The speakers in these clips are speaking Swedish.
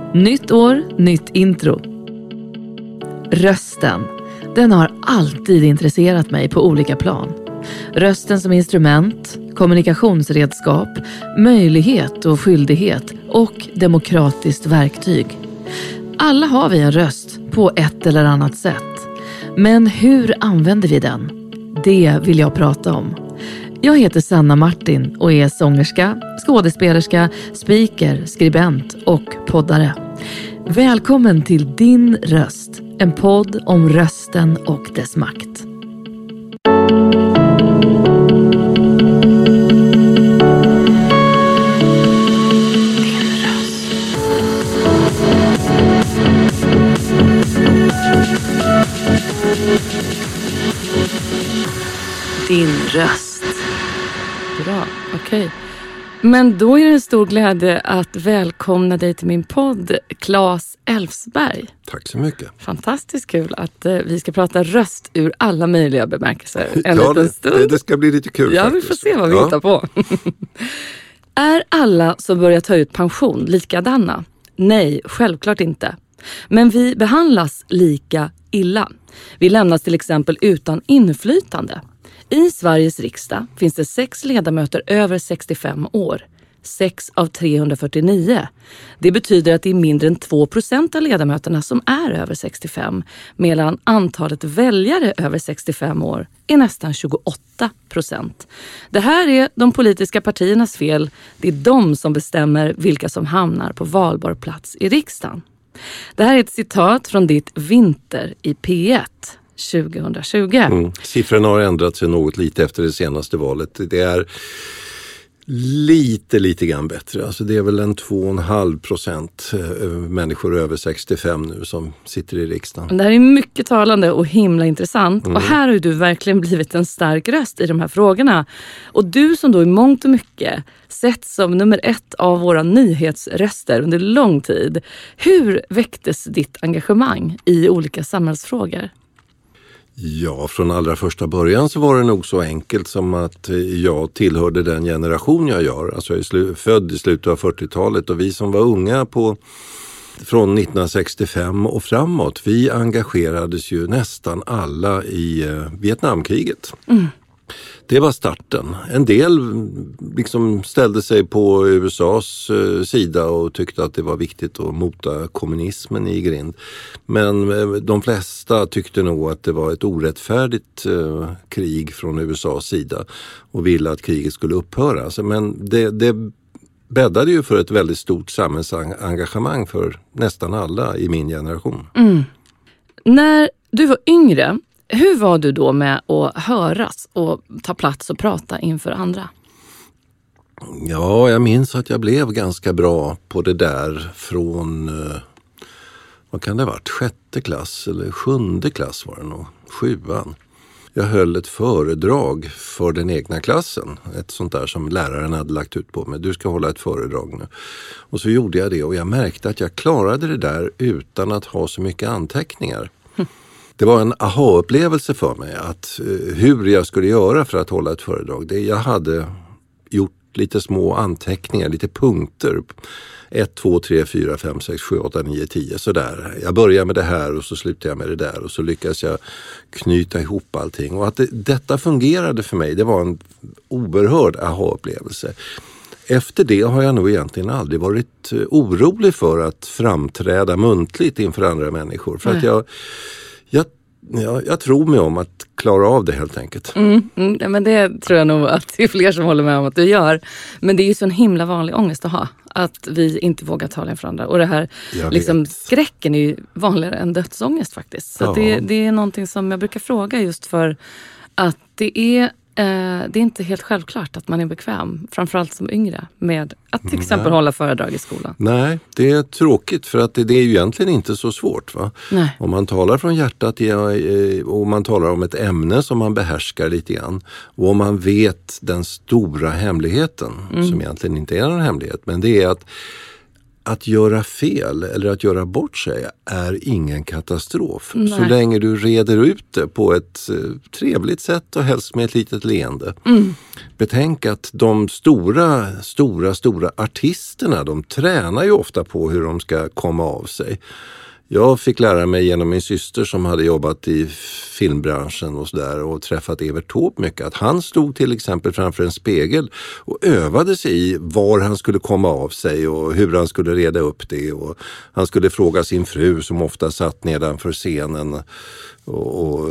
Nytt år, nytt intro. Rösten, den har alltid intresserat mig på olika plan. Rösten som instrument, kommunikationsredskap, möjlighet och skyldighet och demokratiskt verktyg. Alla har vi en röst på ett eller annat sätt. Men hur använder vi den? Det vill jag prata om. Jag heter Sanna Martin och är sångerska, skådespelerska, speaker, skribent och poddare. Välkommen till Din röst, en podd om rösten och dess makt. Din röst. Bra, okej. Men då är det en stor glädje att välkomna dig till min podd, Claes Elfsberg. Tack så mycket. Fantastiskt kul att vi ska prata röst ur alla möjliga bemärkelser en liten stund. Det ska bli lite kul. Ja, faktiskt. Vi får se vad vi hittar på. Är alla som börjar ta ut pension likadana? Nej, självklart inte. Men vi behandlas lika illa. Vi lämnas till exempel utan inflytande. I Sveriges riksdag finns det 6 ledamöter över 65 år. 6 av 349. Det betyder att det är mindre än 2% av ledamöterna som är över 65. Medan antalet väljare över 65 år är nästan 28%. Det här är de politiska partiernas fel. Det är de som bestämmer vilka som hamnar på valbar plats i riksdagen. Det här är ett citat från ditt Vinter i P1. 2020. Siffrorna har ändrat sig något lite efter det senaste valet. Det är lite grann bättre. Alltså det är väl en 2,5% människor över 65 nu som sitter i riksdagen. Det här är mycket talande och himla intressant. Och här har du verkligen blivit en stark röst i de här frågorna. Och du som då i mångt och mycket sett som nummer 1 av våra nyhetsröster under lång tid. Hur väcktes ditt engagemang i olika samhällsfrågor? Ja, från allra första början så var det nog så enkelt som att jag tillhörde den generation jag gör. Alltså jag är född i slutet av 40-talet och vi som var unga från 1965 och framåt, vi engagerades ju nästan alla i Vietnamkriget. Det var starten. En del liksom ställde sig på USAs sida och tyckte att det var viktigt att mota kommunismen i grind. Men de flesta tyckte nog att det var ett orättfärdigt krig från USAs sida och ville att kriget skulle upphöra. Men det bäddade ju för ett väldigt stort samhällsengagemang för nästan alla i min generation. När du var yngre, hur var du då med att höras och ta plats och prata inför andra? Ja, jag minns att jag blev ganska bra på det där från, vad kan det ha varit, 6:e klass eller 7:e klass var det nog, 7:an. Jag höll ett föredrag för den egna klassen, ett sånt där som läraren hade lagt ut på mig. Du ska hålla ett föredrag nu. Och så gjorde jag det och jag märkte att jag klarade det där utan att ha så mycket anteckningar. Det var en aha-upplevelse för mig att hur jag skulle göra för att hålla ett föredrag. Jag hade gjort lite små anteckningar, lite punkter. 1, 2, 3, 4, 5, 6, 7, 8, 9, 10 sådär. Jag börjar med det här och så slutar jag med det där och så lyckas jag knyta ihop allting. Och att detta fungerade för mig, det var en oerhörd aha-upplevelse. Efter det har jag nog egentligen aldrig varit orolig för att framträda muntligt inför andra människor. För att jag tror mig om att klara av det helt enkelt. Men det tror jag nog att det är fler som håller med om att du gör. Men det är ju så en himla vanlig ångest att ha. Att vi inte vågar tala inför andra. Och det här, liksom, skräcken är ju vanligare än dödsångest faktiskt. Så det är någonting som jag brukar fråga just för att det är inte helt självklart att man är bekväm, framförallt som yngre, med att till exempel hålla föredrag i skolan. Nej, det är tråkigt för att det är ju egentligen inte så svårt. Va? Nej. Om man talar från hjärtat och man talar om ett ämne som man behärskar lite grann och om man vet den stora hemligheten, som egentligen inte är någon hemlighet, men det är att att göra fel eller att göra bort sig är ingen katastrof. Nej. Så länge du reder ut det på ett trevligt sätt och helst med ett litet leende. Betänk att de stora artisterna, de tränar ju ofta på hur de ska komma av sig. Jag fick lära mig genom min syster som hade jobbat i filmbranschen och sådär och träffat Evert Taube mycket, att han stod till exempel framför en spegel och övade sig i var han skulle komma av sig och hur han skulle reda upp det, och han skulle fråga sin fru som ofta satt nedanför scenen och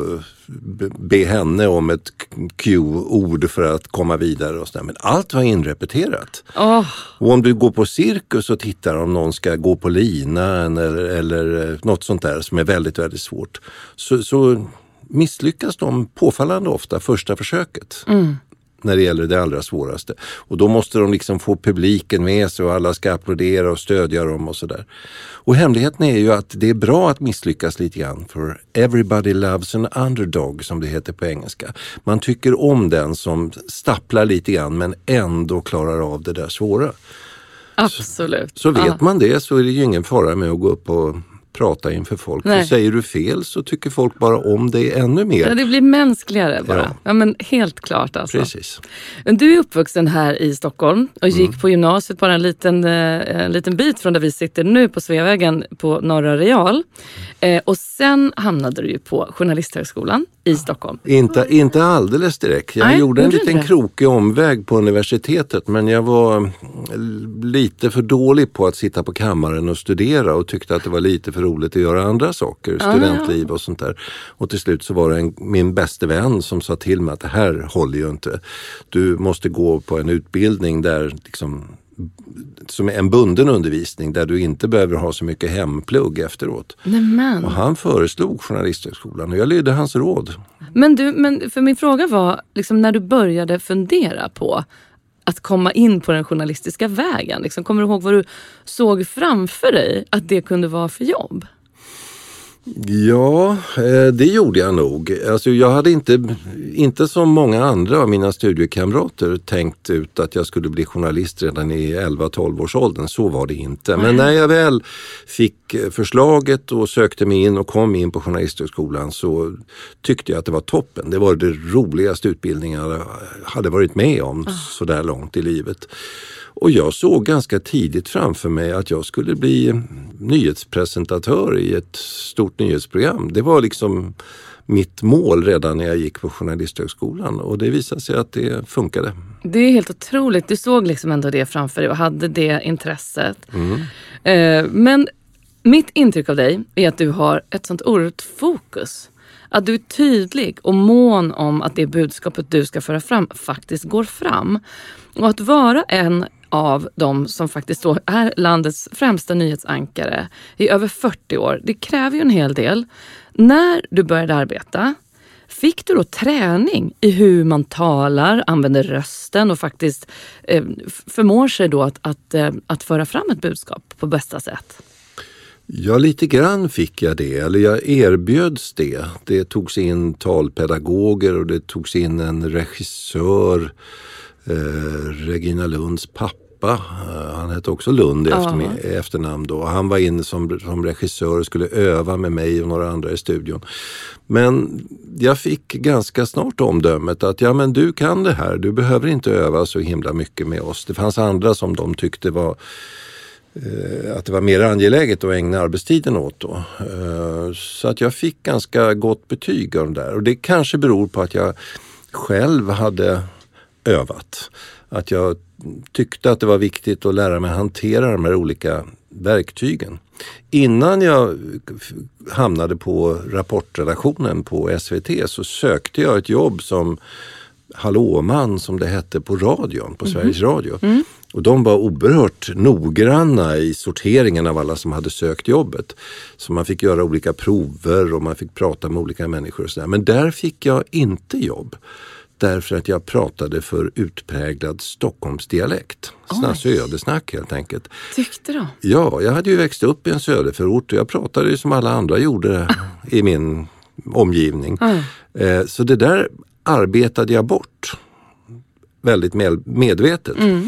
be henne om ett cue-ord för att komma vidare och sådär. Men allt var inrepeterat. Och om du går på cirkus och tittar om någon ska gå på linan eller något sånt där som är väldigt, väldigt svårt, så misslyckas de påfallande ofta första försöket. När det gäller det allra svåraste. Och då måste de liksom få publiken med sig och alla ska applådera och stödja dem och sådär. Och hemligheten är ju att det är bra att misslyckas lite grann, för everybody loves an underdog som det heter på engelska. Man tycker om den som stapplar lite grann men ändå klarar av det där svåra. Absolut. Så vet man det, så är det ju ingen fara med att gå upp och prata inför folk. För säger du fel så tycker folk bara om dig ännu mer. Ja, det blir mänskligare bara. Ja, men helt klart alltså. Precis. Du är uppvuxen här i Stockholm och gick på gymnasiet bara en liten bit från där vi sitter nu på Sveavägen på Norra Real. Och sen hamnade du ju på Journalisthögskolan i Stockholm. Inte alldeles direkt. Jag gjorde en liten krokig omväg på universitetet, men jag var lite för dålig på att sitta på kammaren och studera och tyckte att det var lite för roligt att göra andra saker, studentliv och sånt där. Och till slut så var det min bästa vän som sa till mig att det här håller ju inte. Du måste gå på en utbildning där liksom, som är en bunden undervisning där du inte behöver ha så mycket hemplugg efteråt. Nämen. Och han föreslog Journalisthögskolan och jag lydde hans råd. Men för min fråga var liksom, när du började fundera på att komma in på den journalistiska vägen. Liksom, kommer du ihåg vad du såg framför dig att det kunde vara för jobb? Ja, det gjorde jag nog. Alltså jag hade inte som många andra av mina studiekamrater tänkt ut att jag skulle bli journalist redan i 11-12 års åldern. Så var det inte. Men när jag väl fick förslaget och sökte mig in och kom in på Journalisthögskolan så tyckte jag att det var toppen. Det var det roligaste utbildningen jag hade varit med om så där långt i livet. Och jag såg ganska tidigt framför mig att jag skulle bli nyhetspresentatör i ett stort nyhetsprogram. Det var liksom mitt mål redan när jag gick på Journalisthögskolan och det visade sig att det funkade. Det är helt otroligt. Du såg liksom ändå det framför dig och hade det intresset. Men mitt intryck av dig är att du har ett sånt oerhört fokus. Att du är tydlig och mån om att det budskapet du ska föra fram faktiskt går fram. Och att vara en av de som faktiskt är landets främsta nyhetsankare i över 40 år, det kräver ju en hel del. När du började arbeta, fick du då träning i hur man talar, använder rösten och faktiskt förmår sig då att föra fram ett budskap på bästa sätt? Ja, lite grann fick jag det, eller jag erbjöds det. Det togs in talpedagoger och det togs in en regissör, Regina Lunds pappa. Han hette också Lund i efternamn då. Han var inne som regissör och skulle öva med mig och några andra i studion. Men jag fick ganska snart omdömet att ja, men du kan det här. Du behöver inte öva så himla mycket med oss. Det fanns andra som de tyckte var att det var mer angeläget att ägna arbetstiden åt då. Så att jag fick ganska gott betyg av det där. Och det kanske beror på att jag själv hade övat. Att jag tyckte att det var viktigt att lära mig hantera de här olika verktygen. Innan jag hamnade på rapportredaktionen på SVT så sökte jag ett jobb som hallåman som det hette på radion, på Sveriges Radio. Och de var oerhört noggranna i sorteringen av alla som hade sökt jobbet. Så man fick göra olika prover och man fick prata med olika människor och sådär. Men där fick jag inte jobb. Därför att jag pratade för utpräglad Stockholmsdialekt. Södersnack helt enkelt. Tyckte du? Ja, jag hade ju växt upp i en söderförort och jag pratade som alla andra gjorde i min omgivning. Så det där arbetade jag bort väldigt medvetet.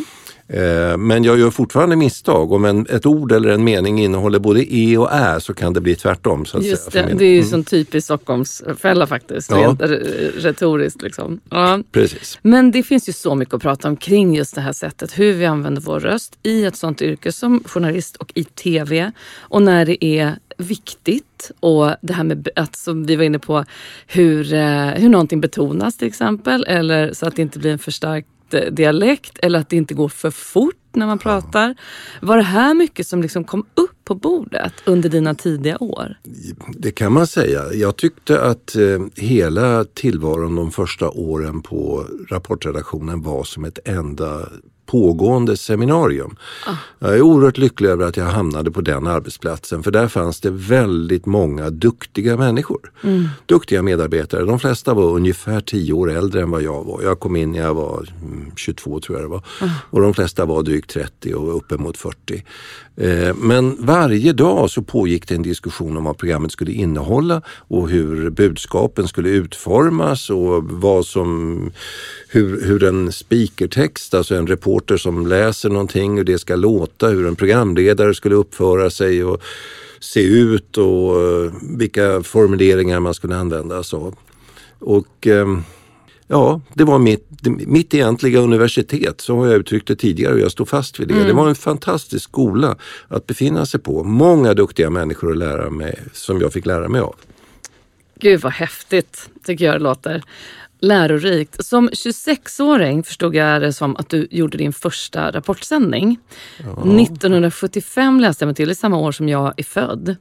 Men jag gör fortfarande misstag. Om ett ord eller en mening innehåller både e och ä så kan det bli tvärtom. Så att just säga, det är ju sån typisk Stockholmsfälla faktiskt. Rent retoriskt liksom. Ja. Precis. Men det finns ju så mycket att prata om kring just det här sättet. Hur vi använder vår röst i ett sånt yrke som journalist och i tv. Och när det är viktigt. Och det här med att, som vi var inne på, hur någonting betonas till exempel. Eller så att det inte blir en för stark dialekt eller att det inte går för fort när man pratar. Var det här mycket som liksom kom upp på bordet under dina tidiga år? Det kan man säga. Jag tyckte att hela tillvaron de första åren på rapportredaktionen var som ett enda pågående seminarium. Jag är oerhört lycklig över att jag hamnade på den arbetsplatsen, för där fanns det väldigt många duktiga människor. Duktiga medarbetare. De flesta var ungefär 10 år äldre än vad jag var. Jag kom in när jag var 22 tror jag det var. Och de flesta var drygt 30 och uppemot 40. Men varje dag så pågick det en diskussion om vad programmet skulle innehålla och hur budskapen skulle utformas och hur en speakertext, alltså en reporter som läser någonting, hur det ska låta, hur en programledare skulle uppföra sig och se ut och vilka formuleringar man skulle använda. Så. Och det var mitt egentliga universitet, så har jag uttryckt det tidigare och jag står fast vid det. Det var en fantastisk skola att befinna sig på. Många duktiga människor att lära mig, som jag fick lära mig av. Gud vad häftigt, tycker jag det låter. Lärorikt. Som 26-åring förstod jag det som att du gjorde din första rapportsändning. 1975 läste jag mig till, i samma år som jag är född.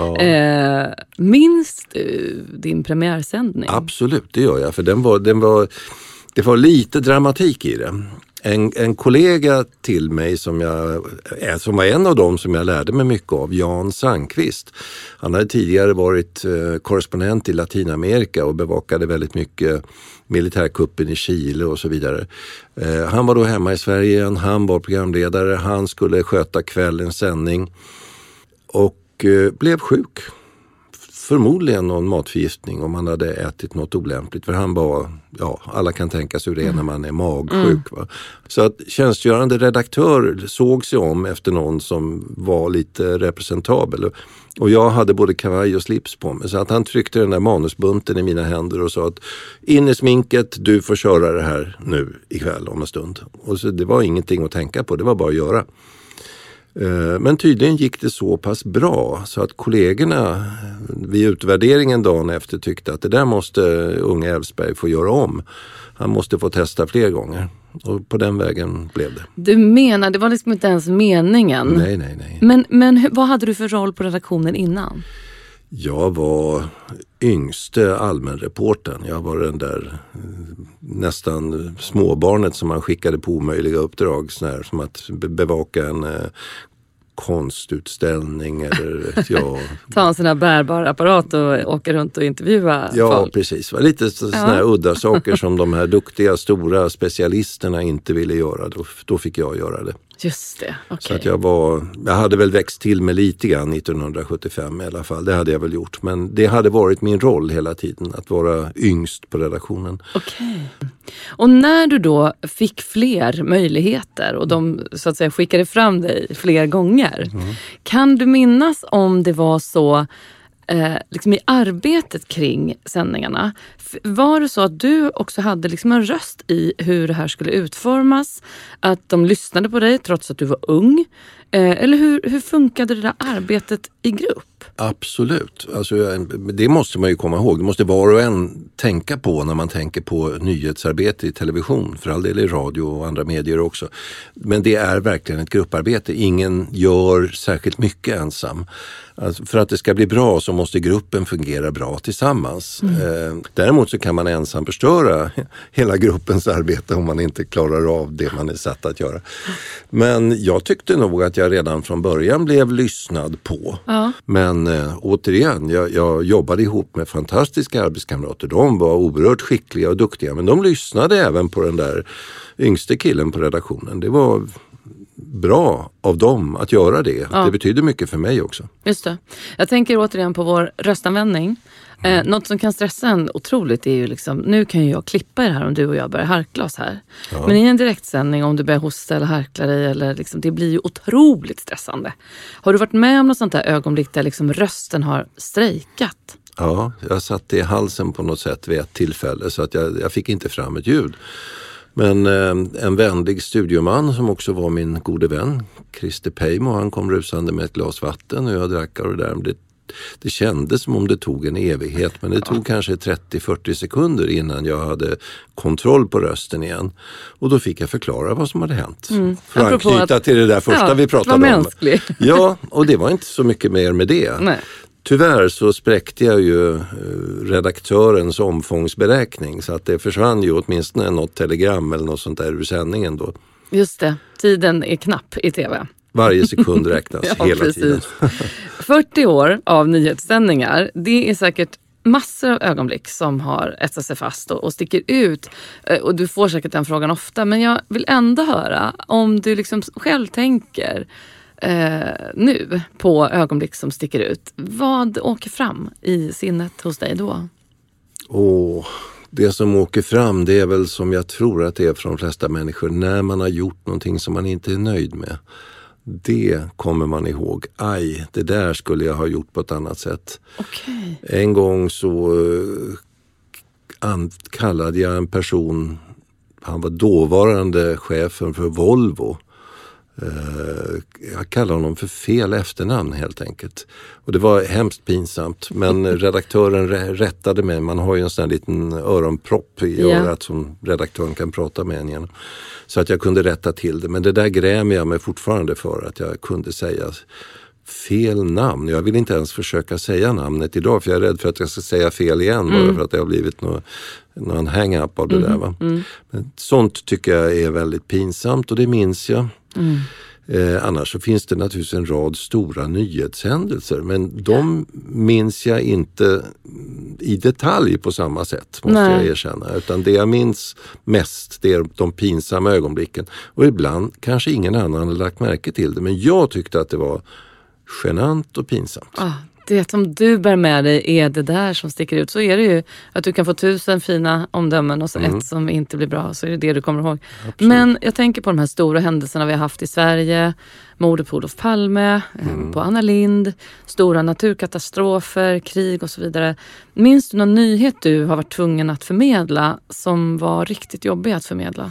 Minns du din premiärsändning? Absolut, det gör jag. För det var lite dramatik i det. En kollega till mig som var en av dem som jag lärde mig mycket av, Jan Sandqvist. Han hade tidigare varit korrespondent i Latinamerika och bevakade väldigt mycket militärkuppen i Chile och så vidare. Han var då hemma i Sverige, han var programledare, han skulle sköta kvällens sändning och blev sjuk. Förmodligen någon matförgiftning om man hade ätit något olämpligt. För han var, alla kan tänka sig hur det är när man är magsjuk. Va? Så att tjänstgörande redaktör såg sig om efter någon som var lite representabel. Och jag hade både kavaj och slips på mig. Så att han tryckte den där manusbunten i mina händer och sa att in i sminket, du får köra det här nu ikväll om en stund. Och så det var ingenting att tänka på, det var bara att göra. Men tydligen gick det så pass bra så att kollegorna vid utvärderingen dagen efter tyckte att det där måste unge Älvsberg få göra om. Han måste få testa fler gånger. Och på den vägen blev det. Du menar, det var liksom inte ens meningen? Nej. Men vad hade du för roll på redaktionen innan? Jag var yngste allmänreportern. Jag var den där nästan småbarnet som man skickade på omöjliga uppdrag. Som att bevaka en konstutställning eller ta en sån här bärbar apparat och åka runt och intervjua folk. Ja, precis. Lite såna här udda saker som de här duktiga, stora specialisterna inte ville göra. Då fick jag göra det. Just det, okej. Så att jag hade väl växt till med lite grann 1975 i alla fall. Det hade jag väl gjort. Men det hade varit min roll hela tiden, att vara yngst på redaktionen. Okej. Och när du då fick fler möjligheter och de så att säga skickade fram dig fler gånger. Kan du minnas om det var så liksom i arbetet kring sändningarna, var det så att du också hade liksom en röst i hur det här skulle utformas, att de lyssnade på dig trots att du var ung, eller hur funkade det där arbetet i grupp? Absolut, alltså, det måste man ju komma ihåg, det måste var och en tänka på när man tänker på nyhetsarbete i television, för all del i radio och andra medier också, men det är verkligen ett grupparbete, ingen gör särskilt mycket ensam. Alltså, för att det ska bli bra så måste gruppen fungera bra tillsammans. Däremot så kan man ensam förstöra hela gruppens arbete om man inte klarar av det man är satt att göra. Men jag tyckte nog att jag redan från början blev lyssnad på. Ja. Men återigen, jag jobbade ihop med fantastiska arbetskamrater. De var oerhört skickliga och duktiga, men de lyssnade även på den där yngste killen på redaktionen. Det var bra av dem att göra det. Ja. Det betyder mycket för mig också. Just det. Jag tänker återigen på vår röstanvändning. Något som kan stressa en otroligt är ju liksom, nu kan ju jag klippa det här om du och jag börjar harkla oss här. Ja. Men i en direktsändning om du börjar hosta eller harkla dig, eller liksom, det blir ju otroligt stressande. Har du varit med om något sånt där ögonblick där liksom rösten har strejkat? Ja, jag satt i halsen på något sätt vid ett tillfälle så att jag fick inte fram ett ljud. Men en vänlig studioman som också var min gode vän, Christer Peimo, han kom rusande med ett glas vatten och jag drack och det kändes som om det tog en evighet, men det tog kanske 30-40 sekunder innan jag hade kontroll på rösten igen. Och då fick jag förklara vad som hade hänt. För att anknyta till det där första vi pratade om. Mänsklig. Ja, och det var inte så mycket mer med det. Nej. Tyvärr så spräckte jag ju redaktörens omfångsberäkning så att det försvann ju åtminstone något telegram eller något sånt där ur sändningen då. Just det, tiden är knapp i tv. Varje sekund räknas hela tiden. 40 år av nyhetssändningar, det är säkert massor av ögonblick som har etsat sig fast och sticker ut. Och du får säkert den frågan ofta, men jag vill ändå höra om du liksom själv tänker nu på ögonblick som sticker ut. Vad åker fram i sinnet hos dig då? Det som åker fram, det är väl som jag tror att det är för de flesta människor när man har gjort någonting som man inte är nöjd med. Det kommer man ihåg. Aj, det där skulle jag ha gjort på ett annat sätt. Okay. En gång så kallade jag en person, han var dåvarande chefen för Volvo. Jag kallar honom för fel efternamn helt enkelt. Och det var hemskt pinsamt. Men redaktören rättade mig. Man har ju en sån här liten öronpropp i örat som redaktören kan prata med en igen. Så att jag kunde rätta till det. Men det där grämer jag mig fortfarande för att jag kunde säga fel namn. Jag vill inte ens försöka säga namnet idag för jag är rädd för att jag ska säga fel igen. Bara för att det har blivit någon hang-up av det där. Va? Men sånt tycker jag är väldigt pinsamt och det minns jag. Annars så finns det naturligtvis en rad stora nyhetshändelser men de minns jag inte i detalj på samma sätt måste jag erkänna, utan det jag minns mest det är de pinsamma ögonblicken och ibland kanske ingen annan har lagt märke till det men jag tyckte att det var genant och pinsamt. Det som du bär med dig är det där som sticker ut. Så är det ju att du kan få 1000 fina omdömen och så ett som inte blir bra. Så är det du kommer ihåg. Absolut. Men jag tänker på de här stora händelserna vi har haft i Sverige. Mordet på Olof Palme, på Anna Lindh, stora naturkatastrofer, krig och så vidare. Minns du någon nyhet du har varit tvungen att förmedla som var riktigt jobbig att förmedla?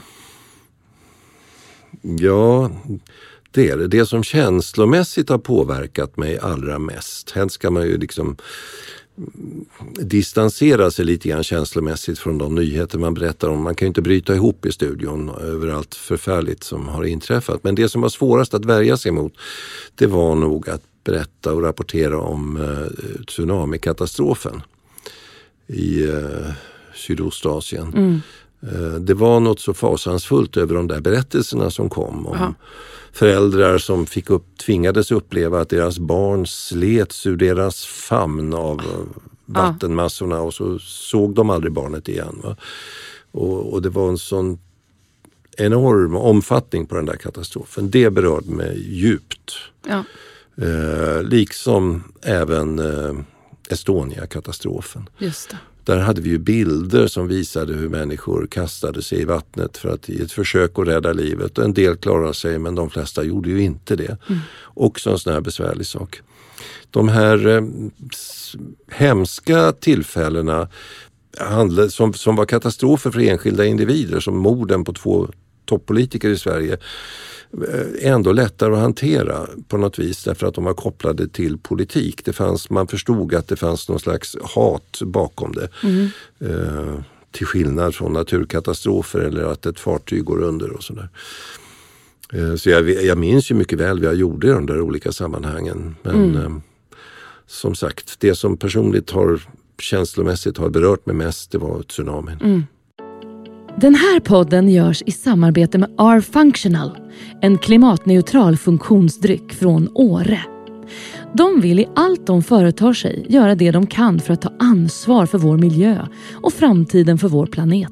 Ja, det är det som känslomässigt har påverkat mig allra mest. Helst ska man ju liksom distansera sig lite grann känslomässigt från de nyheter man berättar om. Man kan ju inte bryta ihop i studion över allt förfärligt som har inträffat. Men det som var svårast att värja sig mot, det var nog att berätta och rapportera om tsunamikatastrofen i Sydostasien. Det var något så fasansfullt över de där berättelserna som kom om föräldrar som tvingades uppleva att deras barn slets ur deras famn av vattenmassorna och så såg de aldrig barnet igen. Va? Och det var en sån enorm omfattning på den där katastrofen. Det berörde mig djupt. Ja. Liksom även Estonia-katastrofen. Just det. Där hade vi ju bilder som visade hur människor kastade sig i vattnet för att i ett försök att rädda livet. En del klarade sig men de flesta gjorde ju inte det. Också en sån här besvärlig sak. De här hemska tillfällena som var katastrofer för enskilda individer som morden på 2 toppolitiker i Sverige är ändå lättare att hantera på något vis därför att de var kopplade till politik. Man förstod att det fanns någon slags hat bakom det. Till skillnad från naturkatastrofer eller att ett fartyg går under och sådär. Så jag minns ju mycket väl vad jag gjorde i de där olika sammanhangen. Men som sagt, det som personligt känslomässigt har berört mig mest, det var tsunamin. Den här podden görs i samarbete med R-Functional, en klimatneutral funktionsdryck från Åre. De vill i allt de företar sig göra det de kan för att ta ansvar för vår miljö och framtiden för vår planet.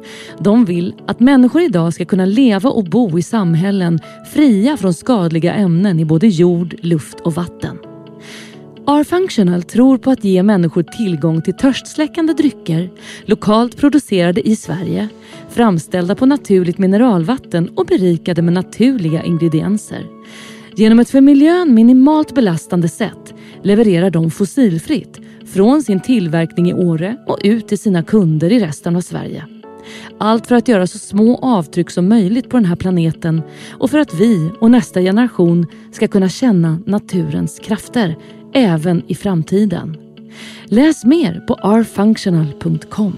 De vill att människor idag ska kunna leva och bo i samhällen fria från skadliga ämnen i både jord, luft och vatten. R-Functional tror på att ge människor tillgång till törstsläckande drycker, lokalt producerade i Sverige, framställda på naturligt mineralvatten och berikade med naturliga ingredienser. Genom ett för miljön minimalt belastande sätt levererar de fossilfritt från sin tillverkning i Åre och ut till sina kunder i resten av Sverige. Allt för att göra så små avtryck som möjligt på den här planeten och för att vi och nästa generation ska kunna känna naturens krafter även i framtiden. Läs mer på rfunctional.com.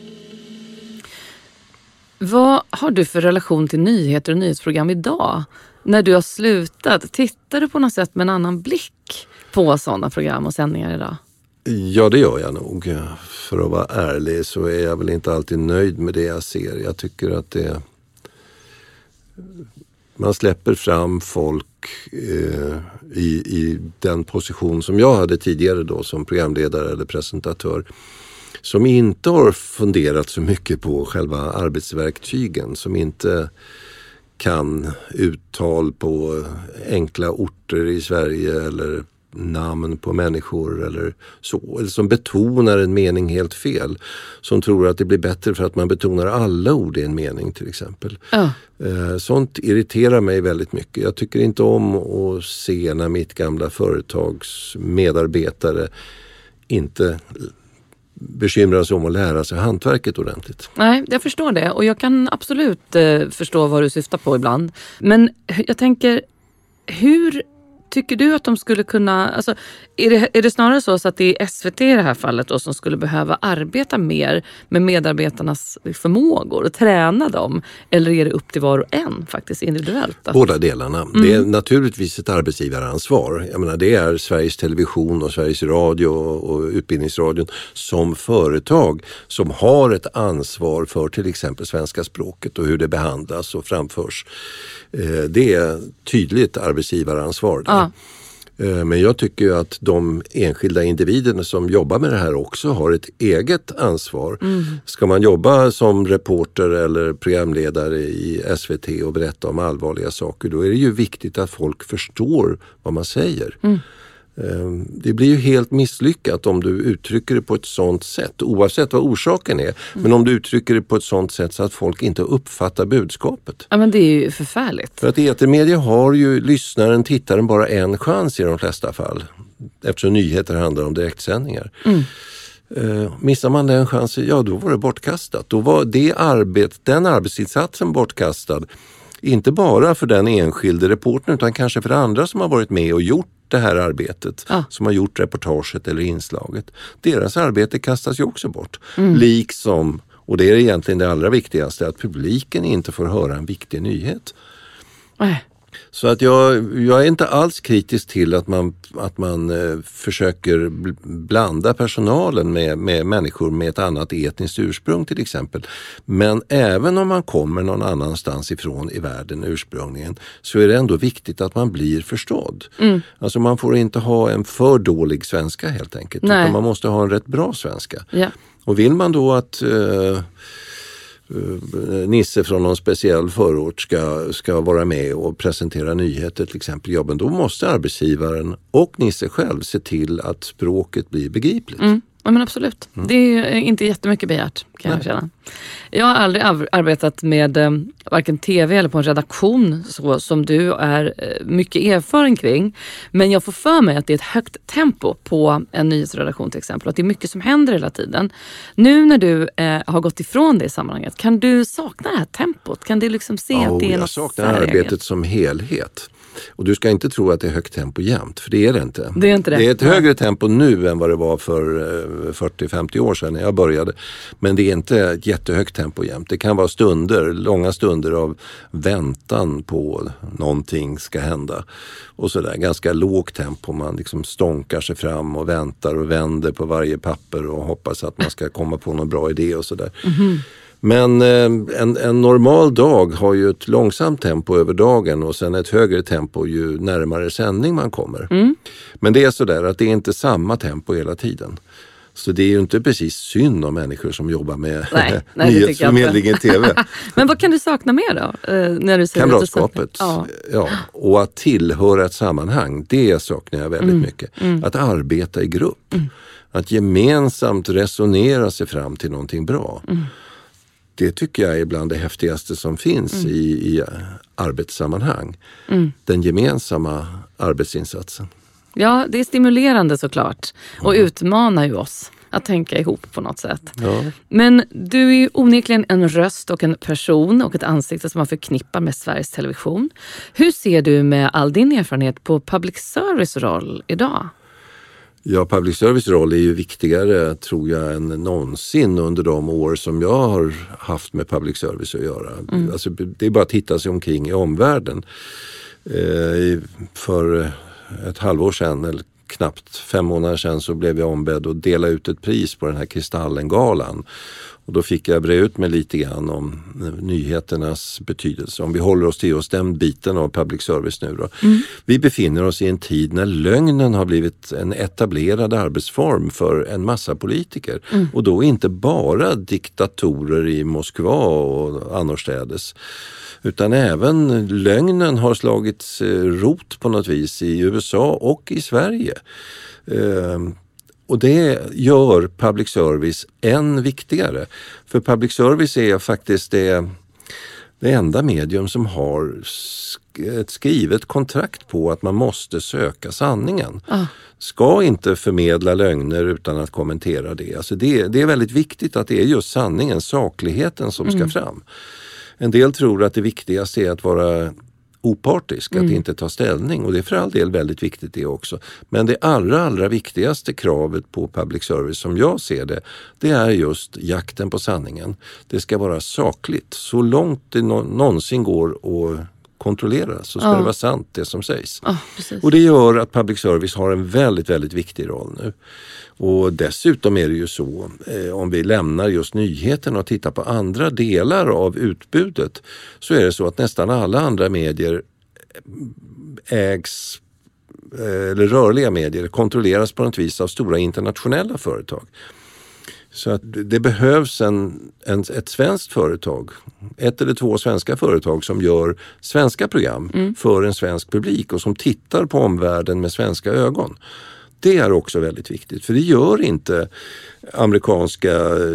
Vad har du för relation till nyheter och nyhetsprogram idag? När du har slutat, tittar du på något sätt med en annan blick på sådana program och sändningar idag? Ja, det gör jag nog. För att vara ärlig så är jag väl inte alltid nöjd med det jag ser. Jag tycker att man släpper fram folk i den position som jag hade tidigare då som programledare eller presentatör, som inte har funderat så mycket på själva arbetsverktygen, som inte kan uttal på enkla orter i Sverige eller namn på människor eller så, eller som betonar en mening helt fel, som tror att det blir bättre för att man betonar alla ord i en mening till exempel. Sånt irriterar mig väldigt mycket. Jag tycker inte om att se när mitt gamla företags medarbetare inte bekymrar sig om att lära sig hantverket ordentligt. Nej, jag förstår det och jag kan absolut förstå vad du syftar på ibland. Men jag tänker, hur tycker du att de skulle kunna, alltså, är det snarare så att det är SVT i det här fallet då, som skulle behöva arbeta mer med medarbetarnas förmågor och träna dem? Eller är det upp till var och en faktiskt individuellt? Båda delarna. Det är naturligtvis ett arbetsgivaransvar. Jag menar, det är Sveriges Television och Sveriges Radio och Utbildningsradion som företag som har ett ansvar för till exempel svenska språket och hur det behandlas och framförs. Det är tydligt arbetsgivaransvar där. Men jag tycker ju att de enskilda individerna som jobbar med det här också har ett eget ansvar. Ska man jobba som reporter eller programledare i SVT och berätta om allvarliga saker, då är det ju viktigt att folk förstår vad man säger. Det blir ju helt misslyckat om du uttrycker det på ett sånt sätt, oavsett vad orsaken är. Men om du uttrycker det på ett sånt sätt så att folk inte uppfattar budskapet. Ja, men det är ju förfärligt. För att etermedia har ju lyssnaren, tittaren bara en chans i de flesta fall. Eftersom nyheter handlar om direktsändningar. Missar man den chansen, ja då var det bortkastat. Då var den arbetsinsatsen bortkastad. Inte bara för den enskilde reportern utan kanske för andra som har varit med och gjort det här arbetet, som har gjort reportaget eller inslaget. Deras arbete kastas ju också bort. Liksom, och det är egentligen det allra viktigaste, att publiken inte får höra en viktig nyhet. Så att jag är inte alls kritisk till att man försöker blanda personalen med människor med ett annat etniskt ursprung till exempel. Men även om man kommer någon annanstans ifrån i världen ursprungligen, så är det ändå viktigt att man blir förstådd. Alltså man får inte ha en för dålig svenska helt enkelt. Utan man måste ha en rätt bra svenska. Och vill man då att Nisse från någon speciell förort ska vara med och presentera nyheter till exempel, jobben, då måste arbetsgivaren och Nisse själv se till att språket blir begripligt. Ja, men absolut. Det är inte jättemycket begärt, kan jag känna. Jag har aldrig arbetat med varken tv eller på en redaktion så som du är mycket erfaren kring. Men jag får för mig att det är ett högt tempo på en nyhetsredaktion till exempel. Att det är mycket som händer hela tiden. Nu när du har gått ifrån det i sammanhanget, kan du sakna det här tempot? Kan du liksom se att det är något jag saknar arbetet som helhet. Och du ska inte tro att det är högt tempo jämt, för det är det inte. Det är inte det. Det är ett högre tempo nu än vad det var för 40-50 år sedan när jag började. Men det är inte ett jättehögt tempo jämt. Det kan vara långa stunder av väntan på någonting ska hända. Och sådär, ganska lågt tempo. Man liksom stånkar sig fram och väntar och vänder på varje papper och hoppas att man ska komma på någon bra idé och sådär. Men en normal dag har ju ett långsamt tempo över dagen och sen ett högre tempo ju närmare sändning man kommer. Men det är sådär att det är inte samma tempo hela tiden. Så det är ju inte precis synd om människor som jobbar med nyhetsförmedling i tv. Men vad kan du sakna mer då? När du säger kamratskapet. Ja. Och att tillhöra ett sammanhang, det saknar jag väldigt mycket. Att arbeta i grupp. Att gemensamt resonera sig fram till någonting bra. Det tycker jag är bland det häftigaste som finns i arbetssammanhang. Den gemensamma arbetsinsatsen. Ja, det är stimulerande såklart och utmanar ju oss att tänka ihop på något sätt. Ja. Men du är ju onekligen en röst och en person och ett ansikte som man förknippar med Sveriges Television. Hur ser du med all din erfarenhet på public service roll idag? Ja, public service roll är ju viktigare, tror jag, än någonsin under de år som jag har haft med public service att göra. Alltså, det är bara att titta sig omkring i omvärlden. För ett halvår sedan, eller knappt 5 månader sedan, så blev jag ombedd att dela ut ett pris på den här Kristallengalan. Och då fick jag bre ut mig lite grann om nyheternas betydelse. Om vi håller oss till just den biten av public service nu då. Vi befinner oss i en tid när lögnen har blivit en etablerad arbetsform för en massa politiker. Och då inte bara diktatorer i Moskva och annorstädes. Utan även lögnen har slagits rot på något vis i USA och i Sverige. Och det gör public service än viktigare. För public service är faktiskt det enda medium som har ett skrivet kontrakt på att man måste söka sanningen. Ska inte förmedla lögner utan att kommentera det. Alltså det är väldigt viktigt att det är just sanningen, sakligheten som ska fram. En del tror att det viktigaste är att vara opartisk, att inte ta ställning, och det är för all del väldigt viktigt det också. Men det allra viktigaste kravet på public service som jag ser det är just jakten på sanningen. Det ska vara sakligt, så långt det någonsin går att kontrollera, så ska det vara sant det som sägs. Och det gör att public service har en väldigt, väldigt viktig roll nu. Och dessutom är det ju så, om vi lämnar just nyheterna och tittar på andra delar av utbudet, så är det så att nästan alla andra medier ägs, eller rörliga medier kontrolleras på något vis av stora internationella företag. Så att det behövs ett svenskt företag, 1 eller 2 svenska företag som gör svenska program för en svensk publik och som tittar på omvärlden med svenska ögon. Det är också väldigt viktigt, för det gör inte amerikanska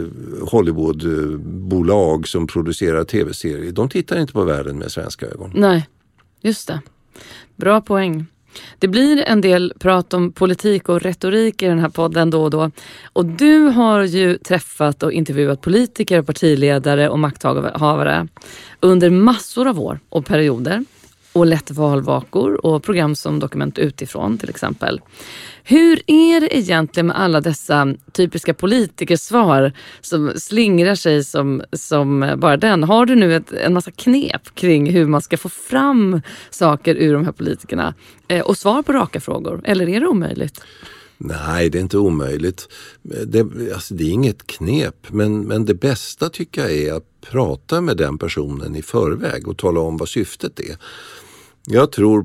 Hollywoodbolag som producerar tv-serier. De tittar inte på världen med svenska ögon. Nej, just det. Bra poäng. Det blir en del prat om politik och retorik i den här podden då och då. Och du har ju träffat och intervjuat politiker, partiledare och makthavare under massor av år och perioder. Och lett valvakor och program som Dokument utifrån till exempel. Hur är det egentligen med alla dessa typiska politikersvar som slingrar sig som bara den? Har du nu en massa knep kring hur man ska få fram saker ur de här politikerna och svar på raka frågor? Eller är det omöjligt? Nej, det är inte omöjligt. Det är inget knep, men det bästa tycker jag är att prata med den personen i förväg och tala om vad syftet är. Jag tror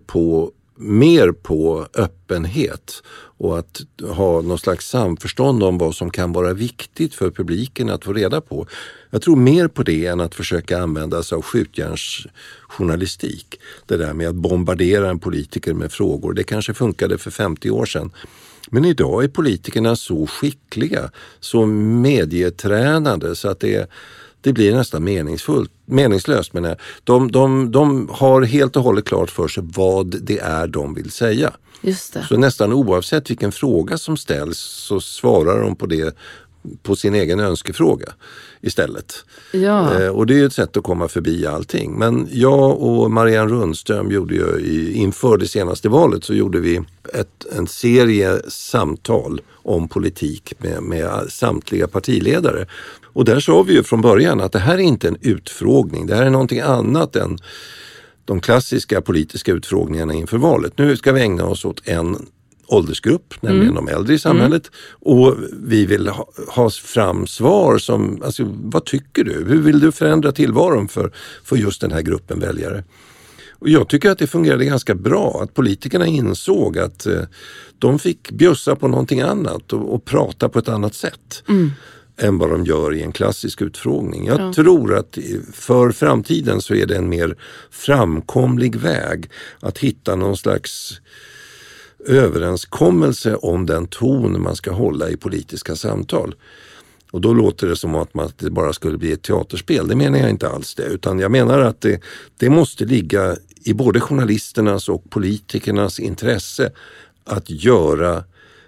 mer på öppenhet och att ha någon slags samförstånd om vad som kan vara viktigt för publiken att få reda på. Jag tror mer på det än att försöka använda sig av skjutjärnsjournalistik. Det där med att bombardera en politiker med frågor, det kanske funkade för 50 år sedan. Men idag är politikerna så skickliga, så medietränade så att det blir nästan meningslöst. Men de har helt och hållet klart för sig vad det är de vill säga. Just det. Så nästan oavsett vilken fråga som ställs så svarar de på det på sin egen önskefråga istället. Ja. Och det är ju ett sätt att komma förbi allting. Men jag och Marianne Rundström gjorde ju inför det senaste valet så gjorde vi en serie samtal om politik med samtliga partiledare. Och där sa vi ju från början att det här är inte en utfrågning. Det här är någonting annat än de klassiska politiska utfrågningarna inför valet. Nu ska vi ägna oss åt en åldersgrupp, nämligen de äldre i samhället. Och vi vill ha fram svar som, alltså, vad tycker du? Hur vill du förändra tillvaron för just den här gruppen väljare? Och jag tycker att det fungerade ganska bra, att politikerna insåg att de fick bjussa på någonting annat och prata på ett annat sätt än vad de gör i en klassisk utfrågning. Jag tror att för framtiden så är det en mer framkomlig väg att hitta någon slags överenskommelse om den ton man ska hålla i politiska samtal. Och då låter det som att det bara skulle bli ett teaterspel. Det menar jag inte alls det. Utan jag menar att det måste ligga i både journalisternas och politikernas intresse att göra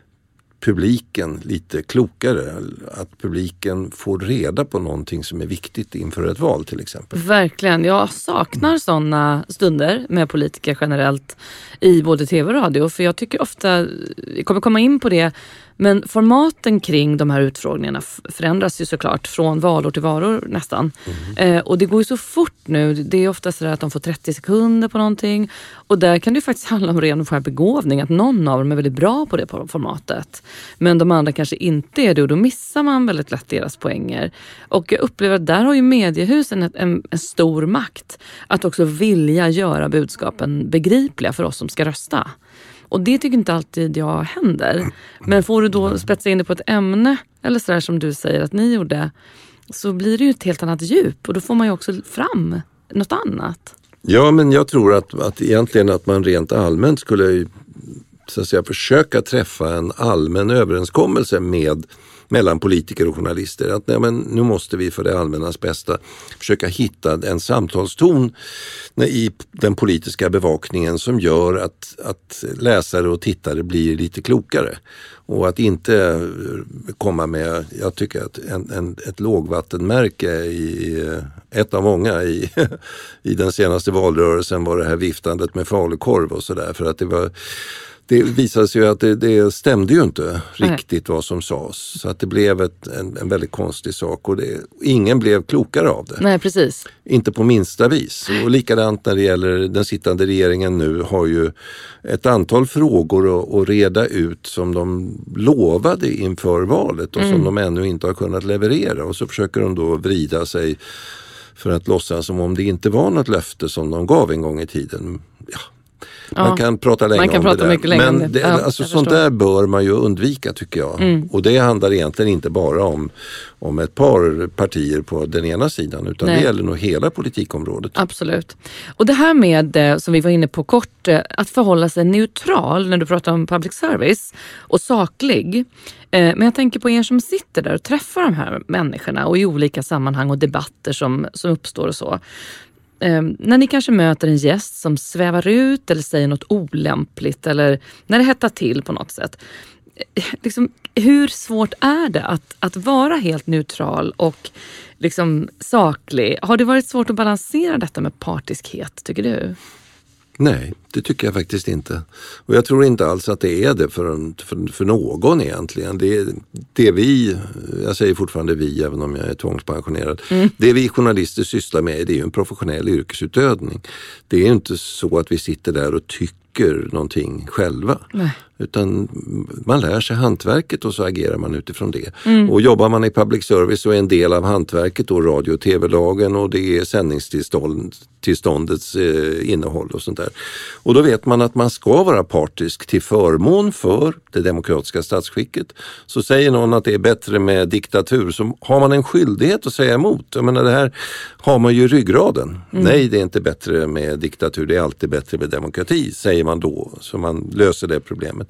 publiken lite klokare. Att publiken får reda på någonting som är viktigt inför ett val till exempel. Verkligen. Jag saknar sådana stunder med politiker generellt i både tv och radio. För jag tycker ofta, jag kommer komma in på det, men formaten kring de här utfrågningarna förändras ju såklart från valår till valår nästan. Och det går ju så fort nu. Det är ofta så att de får 30 sekunder på någonting. Och där kan det ju faktiskt handla om ren och skär begåvning. Att någon av dem är väldigt bra på det på formatet. Men de andra kanske inte är det. Och då missar man väldigt lätt deras poänger. Och jag upplever att där har ju mediehusen en stor makt. Att också vilja göra budskapen begripliga för oss som ska rösta. Och det tycker inte alltid jag händer. Men får du då spetsa in det på ett ämne, eller sådär som du säger att ni gjorde, så blir det ju ett helt annat djup. Och då får man ju också fram något annat. Ja, men jag tror att egentligen att man rent allmänt skulle så att säga försöka träffa en allmän överenskommelse mellan politiker och journalister. Att nej, men nu måste vi för det allmännas bästa försöka hitta en samtalston i den politiska bevakningen som gör att läsare och tittare blir lite klokare. Och att inte komma med, jag tycker att ett lågvattenmärke i ett av många i den senaste valrörelsen var det här viftandet med falukorv och sådär. För att det visade sig ju att det stämde ju inte riktigt vad som sades. Så att det blev en väldigt konstig sak och ingen blev klokare av det. Nej, precis. Inte på minsta vis. Och likadant när det gäller den sittande regeringen nu har ju ett antal frågor att reda ut som de lovade inför valet och som de ännu inte har kunnat leverera. Och så försöker de då vrida sig för att låtsas som om det inte var något löfte som de gav en gång i tiden. Ja. Man kan prata länge om det där. Mycket länge men om det. alltså sånt där bör man ju undvika tycker jag. Och det handlar egentligen inte bara om ett par partier på den ena sidan utan det gäller nog hela politikområdet. Absolut. Och det här med, som vi var inne på kort, att förhålla sig neutral när du pratar om public service och saklig. Men jag tänker på er som sitter där och träffar de här människorna och i olika sammanhang och debatter som uppstår och så. När ni kanske möter en gäst som svävar ut eller säger något olämpligt eller när det hettar till på något sätt. Liksom, hur svårt är det att vara helt neutral och liksom saklig? Har det varit svårt att balansera detta med partiskhet, tycker du? Nej, det tycker jag faktiskt inte. Och jag tror inte alls att det är det för någon egentligen. Det vi, jag säger fortfarande vi även om jag är tvångspensionerad. Det vi journalister sysslar med det är ju en professionell yrkesutövning. Det är ju inte så att vi sitter där och tycker någonting själva. Nej. Utan man lär sig hantverket och så agerar man utifrån det. Och jobbar man i public service så är en del av hantverket då radio- och tv-lagen och det är sändningstillståndets innehåll och sånt där. Och då vet man att man ska vara partisk till förmån för det demokratiska statsskicket. Så säger någon att det är bättre med diktatur så har man en skyldighet att säga emot. Jag menar det här har man ju i ryggraden. Nej, det är inte bättre med diktatur, det är alltid bättre med demokrati, säger man då. Så man löser det problemet.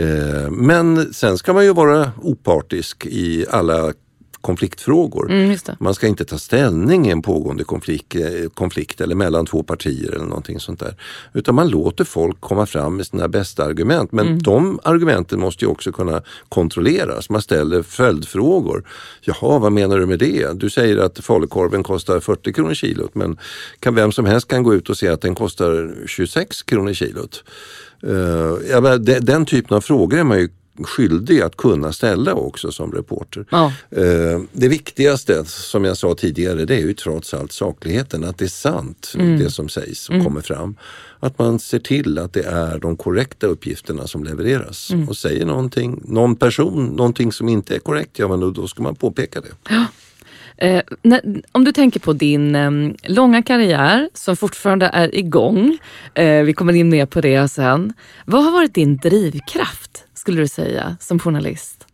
Men sen ska man ju vara opartisk i alla konfliktfrågor. Just det. Man ska inte ta ställning i en pågående konflikt eller mellan två partier eller någonting sånt där. Utan man låter folk komma fram med sina bästa argument. Men de argumenten måste ju också kunna kontrolleras. Man ställer följdfrågor. Jaha, vad menar du med det? Du säger att falukorven kostar 40 kronor kilot. Men vem som helst kan gå ut och säga att den kostar 26 kronor kilot. Den typen av frågor är man ju skyldig att kunna ställa också som reporter. Ja. Det viktigaste som jag sa tidigare det är ju trots allt sakligheten, att det är sant det som sägs och kommer fram. Att man ser till att det är de korrekta uppgifterna som levereras och säger någon person någonting som inte är korrekt, ja men då ska man påpeka det. Ja. Om du tänker på din långa karriär som fortfarande är igång, vi kommer in mer på det sen. Vad har varit din drivkraft, skulle du säga, som journalist?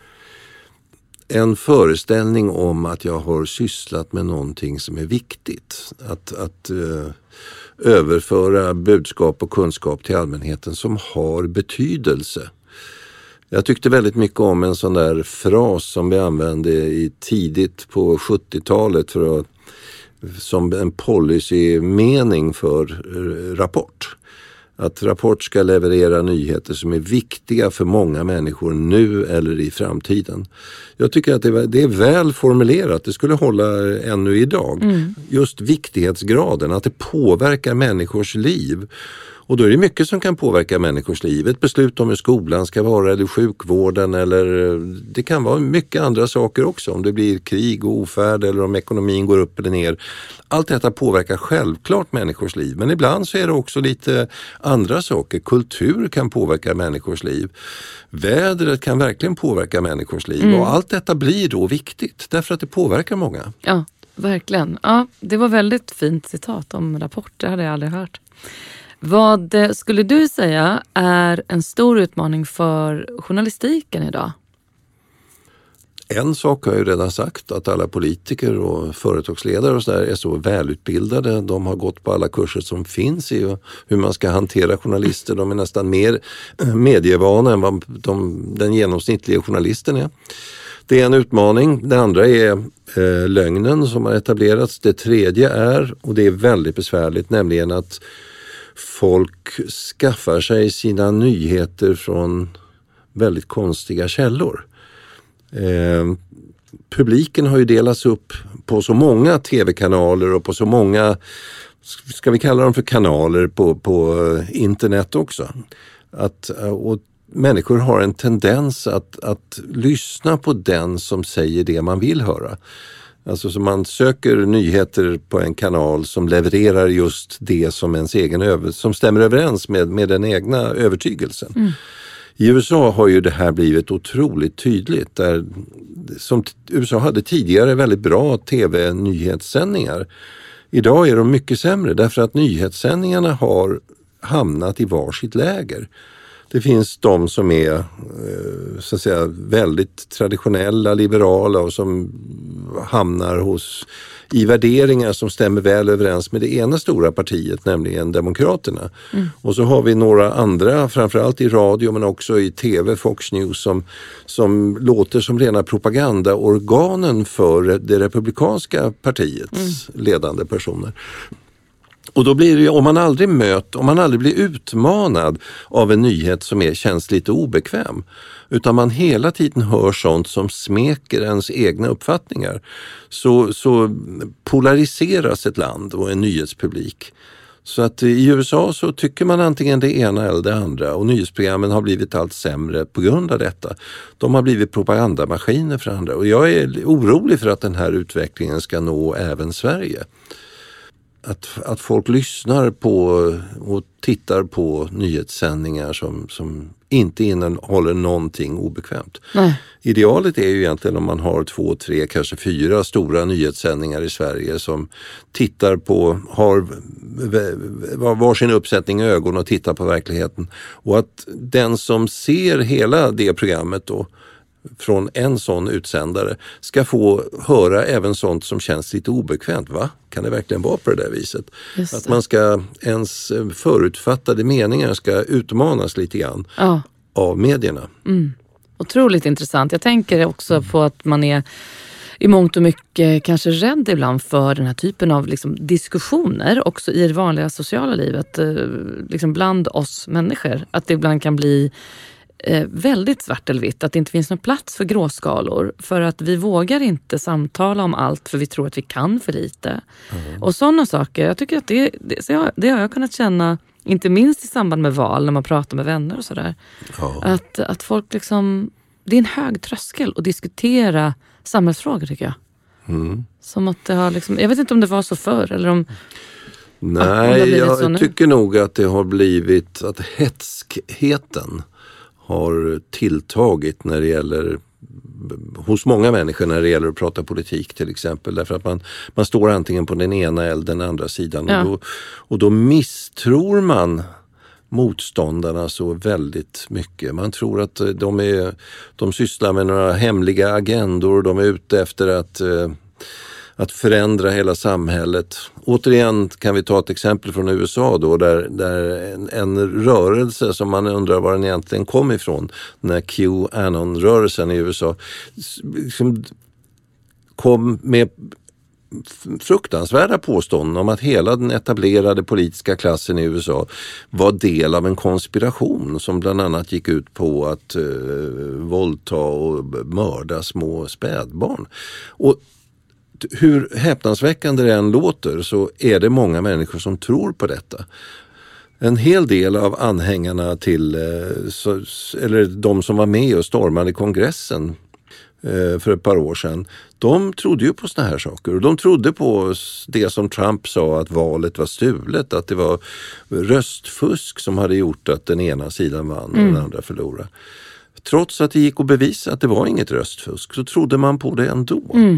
En föreställning om att jag har sysslat med någonting som är viktigt. Att överföra budskap och kunskap till allmänheten som har betydelse. Jag tyckte väldigt mycket om en sån där fras som vi använde i tidigt på 70-talet som en policymening för Rapport. Att Rapport ska leverera nyheter som är viktiga för många människor nu eller i framtiden. Jag tycker att det är väl formulerat. Det skulle hålla ännu idag. Just viktighetsgraden, att det påverkar människors liv. Och då är det mycket som kan påverka människors liv. Ett beslut om hur skolan ska vara eller sjukvården, eller det kan vara mycket andra saker också. Om det blir krig och ofärd eller om ekonomin går upp eller ner. Allt detta påverkar självklart människors liv. Men ibland så är det också lite andra saker. Kultur kan påverka människors liv. Vädret kan verkligen påverka människors liv. Och allt detta blir då viktigt därför att det påverkar många. Ja, verkligen. Ja, det var väldigt fint citat om Rapport. Det hade jag aldrig hört. Vad skulle du säga är en stor utmaning för journalistiken idag? En sak har jag ju redan sagt, att alla politiker och företagsledare och så där är så välutbildade. De har gått på alla kurser som finns i hur man ska hantera journalister. De är nästan mer medievana än vad den genomsnittliga journalisten är. Det är en utmaning. Det andra är lögnen som har etablerats. Det tredje är, och det är väldigt besvärligt, nämligen att folk skaffar sig sina nyheter från väldigt konstiga källor. Publiken har ju delats upp på så många tv-kanaler och på så många, ska vi kalla dem för kanaler på internet också. Och människor har en tendens att lyssna på den som säger det man vill höra. Alltså så man söker nyheter på en kanal som levererar just det som ens som stämmer överens med den egna övertygelsen. I USA har ju det här blivit otroligt tydligt. USA hade tidigare väldigt bra tv-nyhetssändningar. Idag är de mycket sämre därför att nyhetssändningarna har hamnat i varsitt läger. Det finns de som är så att säga väldigt traditionella, liberala och som hamnar i värderingar som stämmer väl överens med det ena stora partiet, nämligen Demokraterna. Och så har vi några andra, framförallt i radio men också i tv, Fox News, som låter som rena propagandaorganen för det republikanska partiets ledande personer. Och då blir det ju, om man aldrig blir utmanad av en nyhet som känns lite obekväm, utan man hela tiden hör sånt som smeker ens egna uppfattningar, så polariseras ett land och en nyhetspublik. Så att i USA så tycker man antingen det ena eller det andra, och nyhetsprogrammen har blivit allt sämre på grund av detta. De har blivit propagandamaskiner för andra, och jag är orolig för att den här utvecklingen ska nå även Sverige. Att folk lyssnar på och tittar på nyhetssändningar som inte innehåller någonting obekvämt. Nej. Idealet är ju egentligen om man har 2, 3, kanske 4 stora nyhetssändningar i Sverige som tittar på, har varsin uppsättning ögon och tittar på verkligheten. Och att den som ser hela det programmet då, från en sån utsändare, ska få höra även sånt som känns lite obekvämt. Va? Kan det verkligen vara på det där viset? Att man ska, ens förutfattade meningar ska utmanas lite grann av medierna. Otroligt intressant. Jag tänker också på att man är i mångt och mycket kanske rädd ibland för den här typen av diskussioner också i det vanliga sociala livet bland oss människor. Att det ibland kan bli väldigt svart eller vitt, att det inte finns någon plats för gråskalor, för att vi vågar inte samtala om allt för vi tror att vi kan för lite. Och sådana saker, jag tycker att det har jag kunnat känna, inte minst i samband med val när man pratar med vänner och sådär. Att folk det är en hög tröskel att diskutera samhällsfrågor, tycker jag. Som att det har jag vet inte om det var så förr eller om... Nej, jag tycker nog att det har blivit att hätskheten har tilltagit när det gäller hos många människor när det gäller att prata politik till exempel. Därför att man står antingen på den ena eller den andra sidan. Ja. Och då misstror man motståndarna så väldigt mycket. Man tror att de sysslar med några hemliga agendor. De är ute efter att förändra hela samhället. Återigen kan vi ta ett exempel från USA då, där en rörelse som man undrar var den egentligen kom ifrån, när QAnon-rörelsen i USA liksom kom med fruktansvärda påståenden om att hela den etablerade politiska klassen i USA var del av en konspiration som bland annat gick ut på att våldta och mörda små spädbarn. Och hur häpnadsväckande det än låter så är det många människor som tror på detta. En hel del av anhängarna till, eller de som var med och stormade kongressen för ett par år sedan, de trodde ju på såna här saker. Och de trodde på det som Trump sa, att valet var stulet, att det var röstfusk som hade gjort att den ena sidan vann och den andra förlorade. Trots att det gick att bevisa att det var inget röstfusk så trodde man på det ändå.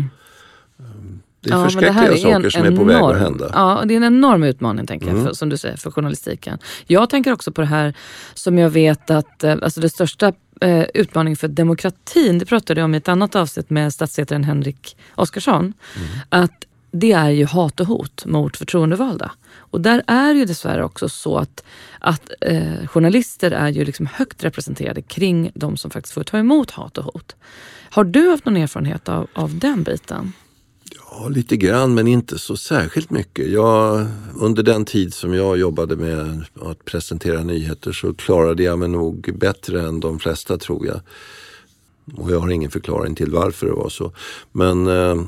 Det är förskräckliga saker som är på väg att hända. Ja, det är en enorm utmaning, tänker jag, som du säger, för journalistiken. Jag tänker också på det här som jag vet att alltså det största utmaningen för demokratin, det pratade jag om i ett annat avsnitt med statsvetaren Henrik Oskarsson, att det är ju hat och hot mot förtroendevalda. Och där är ju dessvärre också så att journalister är ju liksom högt representerade kring de som faktiskt får ta emot hat och hot. Har du haft någon erfarenhet av den biten? Ja, lite grann, men inte så särskilt mycket. Under den tid som jag jobbade med att presentera nyheter så klarade jag mig nog bättre än de flesta, tror jag. Och jag har ingen förklaring till varför det var så. Men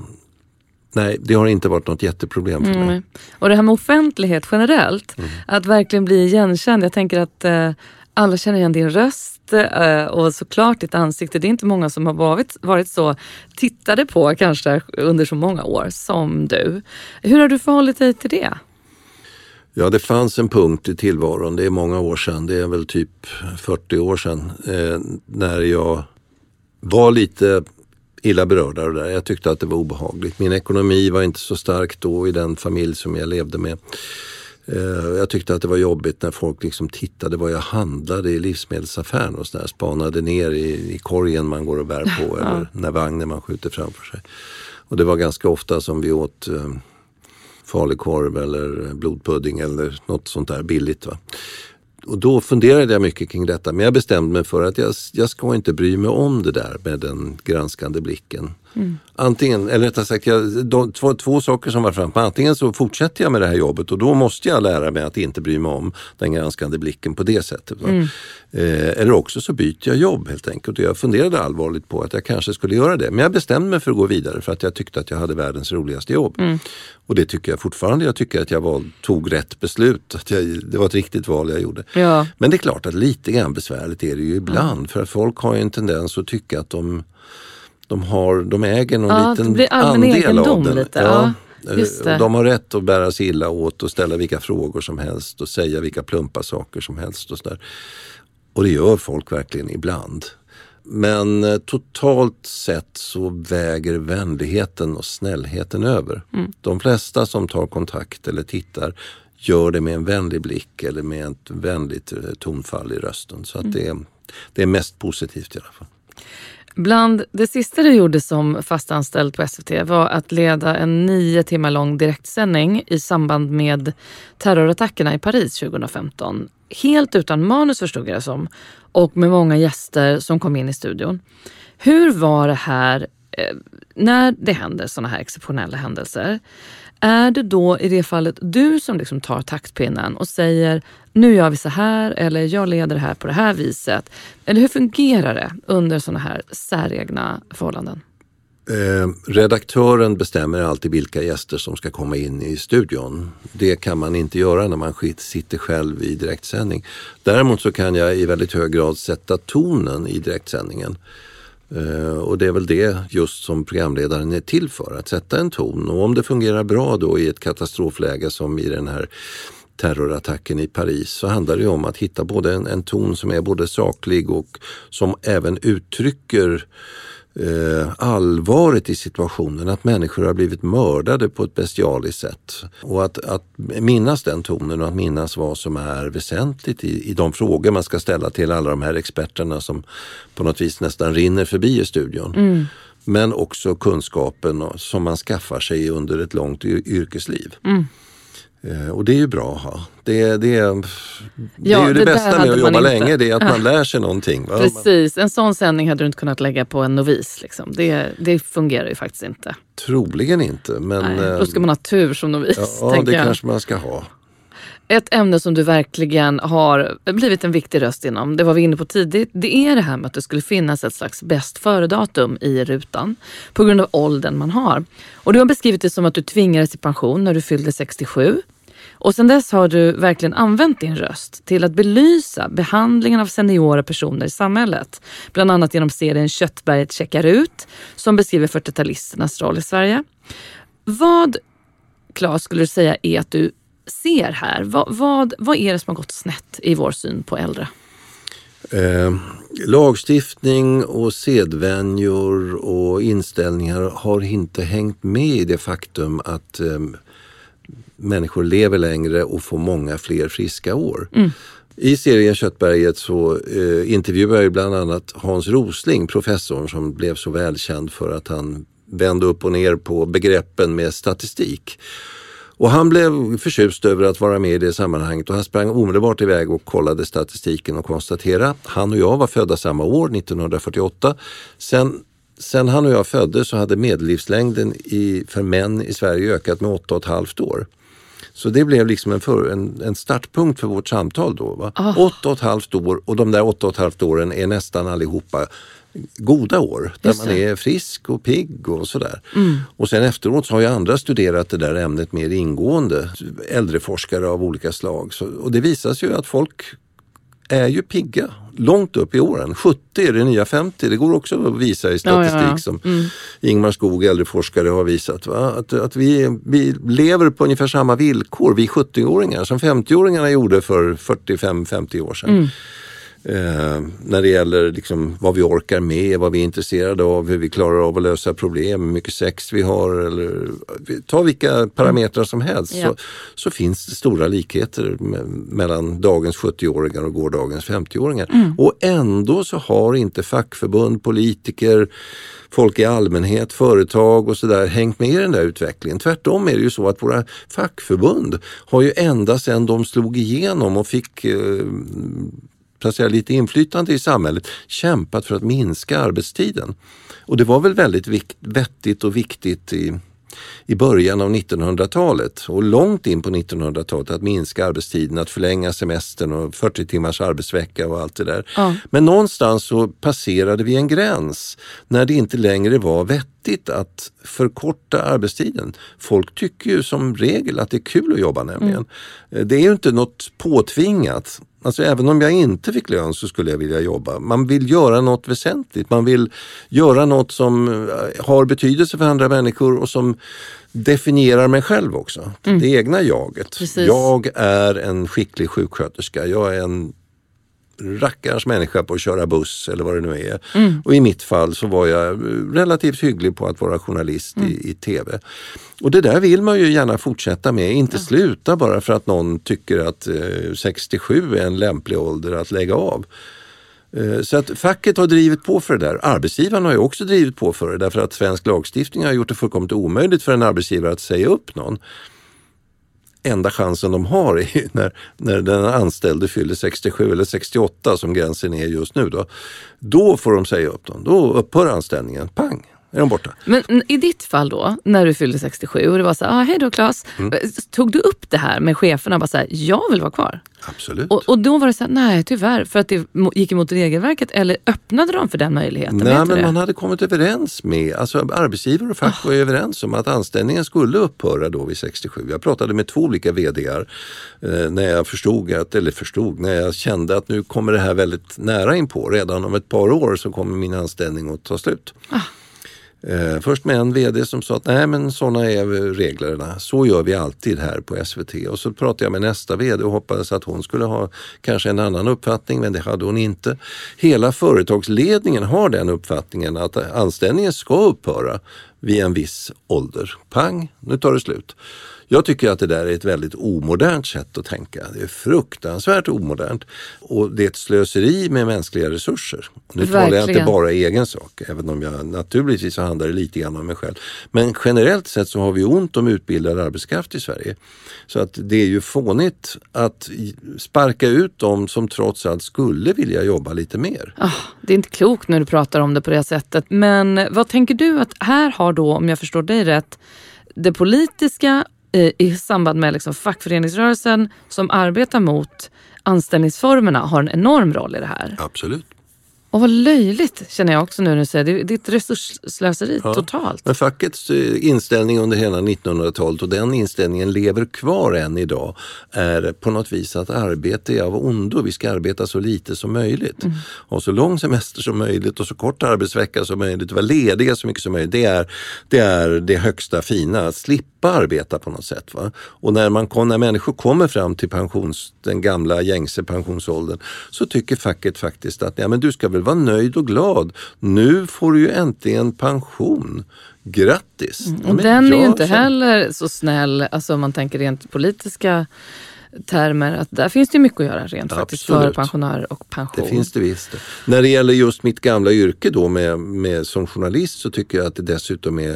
nej, det har inte varit något jätteproblem för mig. Och det här med offentlighet generellt, att verkligen bli igenkänd. Jag tänker att alla känner igen din röst och såklart ditt ansikte. Det är inte många som har varit så tittade på kanske under så många år som du. Hur har du förhållit dig till det? Ja, det fanns en punkt i tillvaron, det är många år sedan, det är väl typ 40 år sedan, när jag var lite illa berörd av det där. Jag tyckte att det var obehagligt. Min ekonomi var inte så stark då i den familj som jag levde med. Jag tyckte att det var jobbigt när folk liksom tittade vad jag handlade i livsmedelsaffären och sådär, spanade ner i korgen man går och bär på eller när vagnen man skjuter framför sig. Och det var ganska ofta som vi åt falukorv eller blodpudding eller något sånt där billigt, va. Och då funderade jag mycket kring detta, men jag bestämde mig för att jag ska inte bry mig om det där med den granskande blicken. Antingen, eller rättare sagt, två saker som var fram. Antingen så fortsätter jag med det här jobbet och då måste jag lära mig att inte bry mig om den granskande blicken på det sättet. Eller också så byter jag jobb helt enkelt. Och jag funderade allvarligt på att jag kanske skulle göra det. Men jag bestämde mig för att gå vidare för att jag tyckte att jag hade världens roligaste jobb. Och det tycker jag fortfarande. Jag tycker att jag tog rätt beslut. Det var ett riktigt val jag gjorde. Ja. Men det är klart att lite grann besvärligt är det ju ibland. För att folk har ju en tendens att tycka att de äger någon liten andel av den. Lite. Ja, just det. De har rätt att bära sig illa åt och ställa vilka frågor som helst och säga vilka plumpa saker som helst och sådär. Och det gör folk verkligen ibland. Men totalt sett så väger vänligheten och snällheten över. De flesta som tar kontakt eller tittar gör det med en vänlig blick eller med ett vänligt tonfall i rösten. Så att det är mest positivt i alla fall. Bland det sista du gjorde som fastanställd på SVT var att leda en 9 timmar lång direktsändning i samband med terrorattackerna i Paris 2015. Helt utan manus, förstod jag det som, och med många gäster som kom in i studion. Hur var det här när det händer sådana här exceptionella händelser? Är det då i det fallet du som liksom tar taktpinnen och säger nu gör vi så här eller jag leder det här på det här viset? Eller hur fungerar det under sådana här säregna förhållanden? Redaktören bestämmer alltid vilka gäster som ska komma in i studion. Det kan man inte göra när man sitter själv i direktsändning. Däremot så kan jag i väldigt hög grad sätta tonen i direktsändningen. Och det är väl det just som programledaren är till för, att sätta en ton. Och om det fungerar bra då i ett katastrofläge som i den här terrorattacken i Paris, så handlar det om att hitta både en ton som är både saklig och som även uttrycker allvaret i situationen, att människor har blivit mördade på ett bestialiskt sätt. Och att minnas den tonen och att minnas vad som är väsentligt i de frågor man ska ställa till alla de här experterna som på något vis nästan rinner förbi i studion. Men också kunskapen som man skaffar sig under ett långt yrkesliv. Och det är ju bra att ha. Det är ju det bästa med att jobba länge, det är att man lär sig någonting. Va? Precis, en sån sändning hade du inte kunnat lägga på en novis. Liksom. Det fungerar ju faktiskt inte. Troligen inte. Men, nej, då ska man ha tur som novis. Ja, det kanske man ska ha. Ett ämne som du verkligen har blivit en viktig röst inom, det var vi inne på tidigt, det är det här med att det skulle finnas ett slags bäst före-datum i rutan på grund av åldern man har. Och du har beskrivit det som att du tvingades till pension när du fyllde 67. Och sen dess har du verkligen använt din röst till att belysa behandlingen av seniora personer i samhället. Bland annat genom serien Köttberget checkar ut som beskriver 40-talisternas roll i Sverige. Vad, Claes, skulle du säga är att du ser här? Vad är det som har gått snett i vår syn på äldre? Lagstiftning och sedvänjor och inställningar har inte hängt med i det faktum att människor lever längre och får många fler friska år. I serien Köttberget så intervjuar jag bland annat Hans Rosling, professorn som blev så välkänd för att han vände upp och ner på begreppen med statistik. Och han blev förtjust över att vara med i det sammanhanget och han sprang omedelbart iväg och kollade statistiken och konstaterade han och jag var födda samma år, 1948. Sen han och jag föddes så hade medellivslängden för män i Sverige ökat med 8,5 år. Så det blev liksom en startpunkt för vårt samtal då. Va? 8,5 år och de där 8,5 åren är nästan allihopa goda år där man är frisk och pigg och sådär. Och sen efteråt så har ju andra studerat det där ämnet mer ingående, äldreforskare av olika slag. Och det visar sig ju att folk är ju pigga långt upp i åren. 70 är det nya 50. Det går också att visa i statistik som Ingmar Skog, äldreforskare, har visat. Va? Att vi lever på ungefär samma villkor, vi 70-åringar, som 50-åringarna gjorde för 45-50 år sedan. När det gäller liksom vad vi orkar med, vad vi är intresserade av, hur vi klarar av att lösa problem, hur mycket sex vi har eller ta vilka parametrar som helst så finns det stora likheter mellan dagens 70-åringar och gårdagens 50-åringar. Och ändå så har inte fackförbund, politiker, folk i allmänhet, företag och sådär hängt med i den där utvecklingen. Tvärtom är det ju så att våra fackförbund har ju ända sedan de slog igenom och fick så att säga, lite inflytande i samhället kämpat för att minska arbetstiden. Och det var väl väldigt vettigt och viktigt i början av 1900-talet och långt in på 1900-talet att minska arbetstiden, att förlänga semestern och 40 timmars arbetsvecka och allt det där. Men någonstans så passerade vi en gräns när det inte längre var vettigt att förkorta arbetstiden. Folk tycker ju som regel att det är kul att jobba nämligen. Det är ju inte något påtvingat. Alltså även om jag inte fick lön så skulle jag vilja jobba. Man vill göra något väsentligt. Man vill göra något som har betydelse för andra människor och som definierar mig själv också. Det egna jaget. Precis. Jag är en skicklig sjuksköterska. Jag är en rackars människa på att köra buss eller vad det nu är. Och i mitt fall så var jag relativt hygglig på att vara journalist i tv. Och det där vill man ju gärna fortsätta med, inte sluta bara för att någon tycker att 67 är en lämplig ålder att lägga av. Så att facket har drivit på för det där. Arbetsgivarna har ju också drivit på för det därför att svensk lagstiftning har gjort det fullkomligt omöjligt för en arbetsgivare att säga upp någon. Enda chansen de har är när den anställde fyller 67 eller 68 som gränsen är just nu. Då får de säga upp dem. Då upphör anställningen. Pang! Är de borta. Men i ditt fall då, när du fyllde 67 och det var så här, hej då Claes, tog du upp det här med cheferna och bara så här, jag vill vara kvar? Absolut. Och då var det så här, nej tyvärr, för att det gick emot regelverket, eller öppnade de för den möjligheten? Nej, men man hade kommit överens med, alltså arbetsgivare och fack var överens om att anställningen skulle upphöra då vid 67. Jag pratade med 2 olika vd:ar när jag när jag kände att nu kommer det här väldigt nära in på. Redan om ett par år så kommer min anställning att ta slut. Först med en vd som sa att nej, men sådana är reglerna. Så gör vi alltid här på SVT. Och så pratade jag med nästa vd och hoppades att hon skulle ha kanske en annan uppfattning, men det hade hon inte. Hela företagsledningen har den uppfattningen att anställningen ska upphöra vid en viss ålder. Pang, nu tar det slut. Jag tycker att det där är ett väldigt omodernt sätt att tänka. Det är fruktansvärt omodernt. Och det är ett slöseri med mänskliga resurser. Nu talar jag inte bara egen sak, även om jag naturligtvis handlar det lite grann om mig själv. Men generellt sett så har vi ont om utbildad arbetskraft i Sverige. Så att det är ju fånigt att sparka ut dem som trots allt skulle vilja jobba lite mer. Det är inte klokt när du pratar om det på det sättet. Men vad tänker du att här har då, om jag förstår dig rätt, det politiska i samband med liksom fackföreningsrörelsen som arbetar mot anställningsformerna har en enorm roll i det här? Absolut. Och vad löjligt känner jag också nu när du säger det är ett resursslöseri totalt. Men fackets inställning under hela 1900-talet, och den inställningen lever kvar än idag, är på något vis att arbete är av ondo. Vi ska arbeta så lite som möjligt. Och så lång semester som möjligt och så kort arbetsvecka som möjligt. Vara lediga så mycket som möjligt. Det är det högsta fina. Att slippa arbeta på något sätt. Va? Och när människor kommer fram till den gamla gängse pensionsåldern, så tycker facket faktiskt att men du ska väl vara nöjd och glad. Nu får du ju äntligen pension. Grattis! Och den är ju inte heller så snäll, alltså om man tänker rent politiska termer, att där finns det mycket att göra rent faktiskt för pensionärer och pension. Det finns det visst. När det gäller just mitt gamla yrke då med som journalist, så tycker jag att det dessutom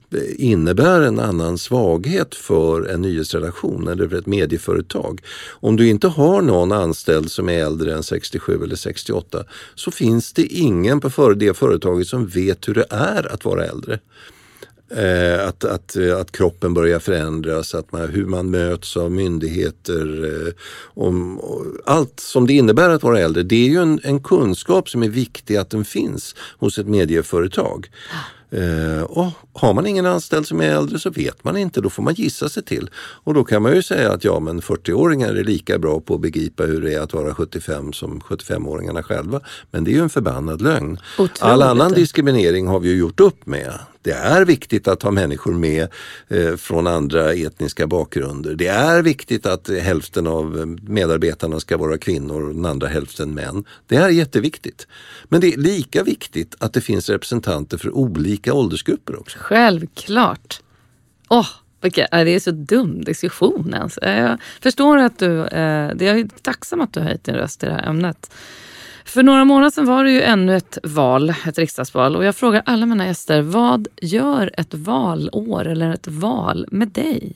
innebär en annan svaghet för en nyhetsredaktion eller för ett medieföretag. Om du inte har någon anställd som är äldre än 67 eller 68, så finns det ingen på det företaget som vet hur det är att vara äldre. Att kroppen börjar förändras, hur man möts av myndigheter, allt som det innebär att vara äldre. Det är ju en kunskap som är viktig att den finns hos ett medieföretag. Och har man ingen anställd som är äldre så vet man inte, då får man gissa sig till. Och då kan man ju säga att 40-åringar är lika bra på att begripa hur det är att vara 75 som 75-åringarna själva. Men det är ju en förbannad lögn. Otroligt. All annan diskriminering har vi ju gjort upp med. Det är viktigt att ha människor med från andra etniska bakgrunder. Det är viktigt att hälften av medarbetarna ska vara kvinnor och den andra hälften män. Det är jätteviktigt. Men det är lika viktigt att det finns representanter för olika åldersgrupper också. Självklart. Det är så dum diskussion. Alltså. Jag förstår att jag är tacksam att du har höjt din röst i det här ämnet. För några månader sedan var det ju ännu ett riksdagsval, och jag frågar alla mina gäster, vad gör ett valår eller ett val med dig?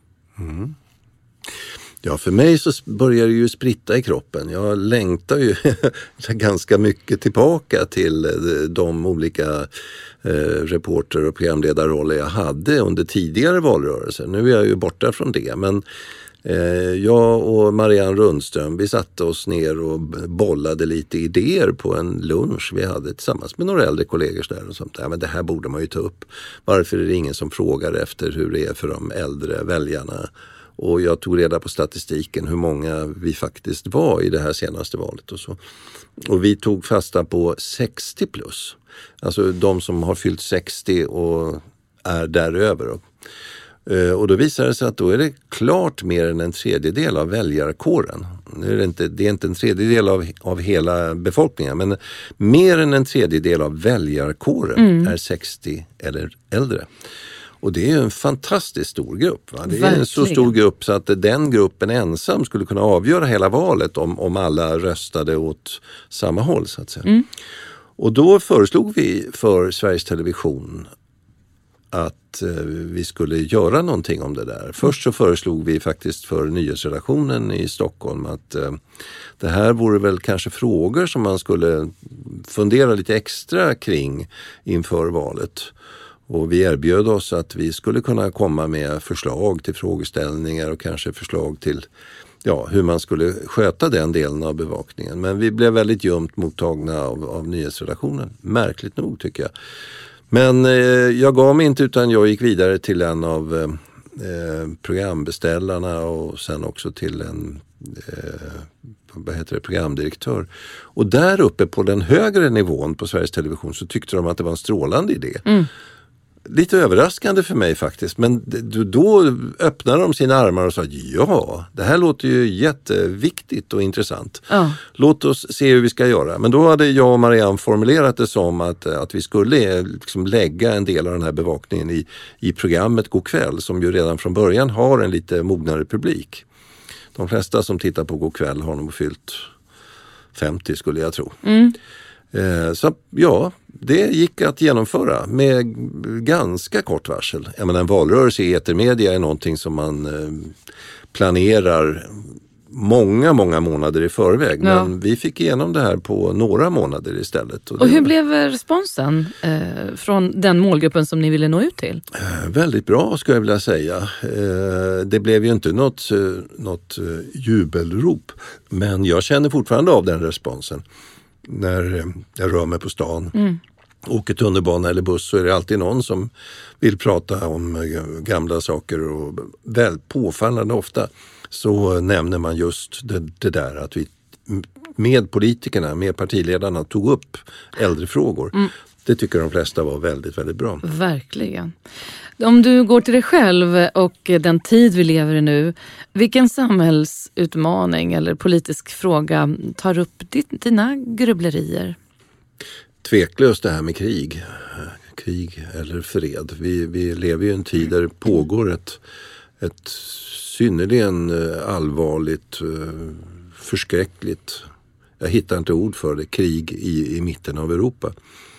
Ja, för mig så börjar det ju spritta i kroppen. Jag längtar ju ganska mycket tillbaka till de olika reporter- och programledarroller jag hade under tidigare valrörelser. Nu är jag ju borta från det, men jag och Marianne Rundström, vi satte oss ner och bollade lite idéer på en lunch vi hade tillsammans med några äldre kollegor där och sånt. Men det här borde man ju ta upp. Varför är det ingen som frågar efter hur det är för de äldre väljarna? Och jag tog reda på statistiken hur många vi faktiskt var i det här senaste valet och så. Och vi tog fasta på 60 plus. Alltså de som har fyllt 60 och är däröver. Och då visar det sig att då är det klart mer än en tredjedel av väljarkåren. Det är inte en tredjedel av hela befolkningen, men mer än en tredjedel av väljarkåren är 60 eller äldre. Och det är en fantastiskt stor grupp. Va? Det är en så stor grupp så att den gruppen ensam skulle kunna avgöra hela valet om alla röstade åt samma håll, så att säga. Och då föreslog vi för Sveriges Television att vi skulle göra någonting om det där. Först så föreslog vi faktiskt för nyhetsredaktionen i Stockholm att det här vore väl kanske frågor som man skulle fundera lite extra kring inför valet. Och vi erbjöd oss att vi skulle kunna komma med förslag till frågeställningar och kanske förslag till hur man skulle sköta den delen av bevakningen. Men vi blev väldigt ljumt mottagna av nyhetsredaktionen. Märkligt nog, tycker jag. Men jag gav mig inte, utan jag gick vidare till en av programbeställarna och sen också till en programdirektör. Och där uppe på den högre nivån på Sveriges Television så tyckte de att det var en strålande idé. Lite överraskande för mig faktiskt, men då öppnade de sina armar och sa ja, det här låter ju jätteviktigt och intressant. Låt oss se hur vi ska göra. Men då hade jag och Marianne formulerat det som att vi skulle liksom lägga en del av den här bevakningen i programmet God kväll, som ju redan från början har en lite mognare publik. De flesta som tittar på God kväll har nog fyllt 50 skulle jag tro. Så ja, det gick att genomföra med ganska kort varsel. Jag menar, en valrörelse i etermedia är någonting som man planerar många månader i förväg. Ja. Men vi fick igenom det här på några månader istället. Och hur blev responsen från den målgruppen som ni ville nå ut till? Väldigt bra skulle jag vilja säga. Det blev ju inte något jubelrop. Men jag känner fortfarande av den responsen. När jag rör mig på stan, åker tunnelbana eller buss, så är det alltid någon som vill prata om gamla saker, och väl påfallande ofta så nämner man just det där att vi med politikerna, med partiledarna tog upp äldrefrågor. Det tycker de flesta var väldigt, väldigt bra. Verkligen. Om du går till dig själv och den tid vi lever i nu, vilken samhällsutmaning eller politisk fråga tar upp dina grubblerier? Tveklöst det här med krig. Krig eller fred. Vi lever ju i en tid där det pågår ett synnerligen allvarligt, förskräckligt, jag hittar inte ord för det, krig i mitten av Europa.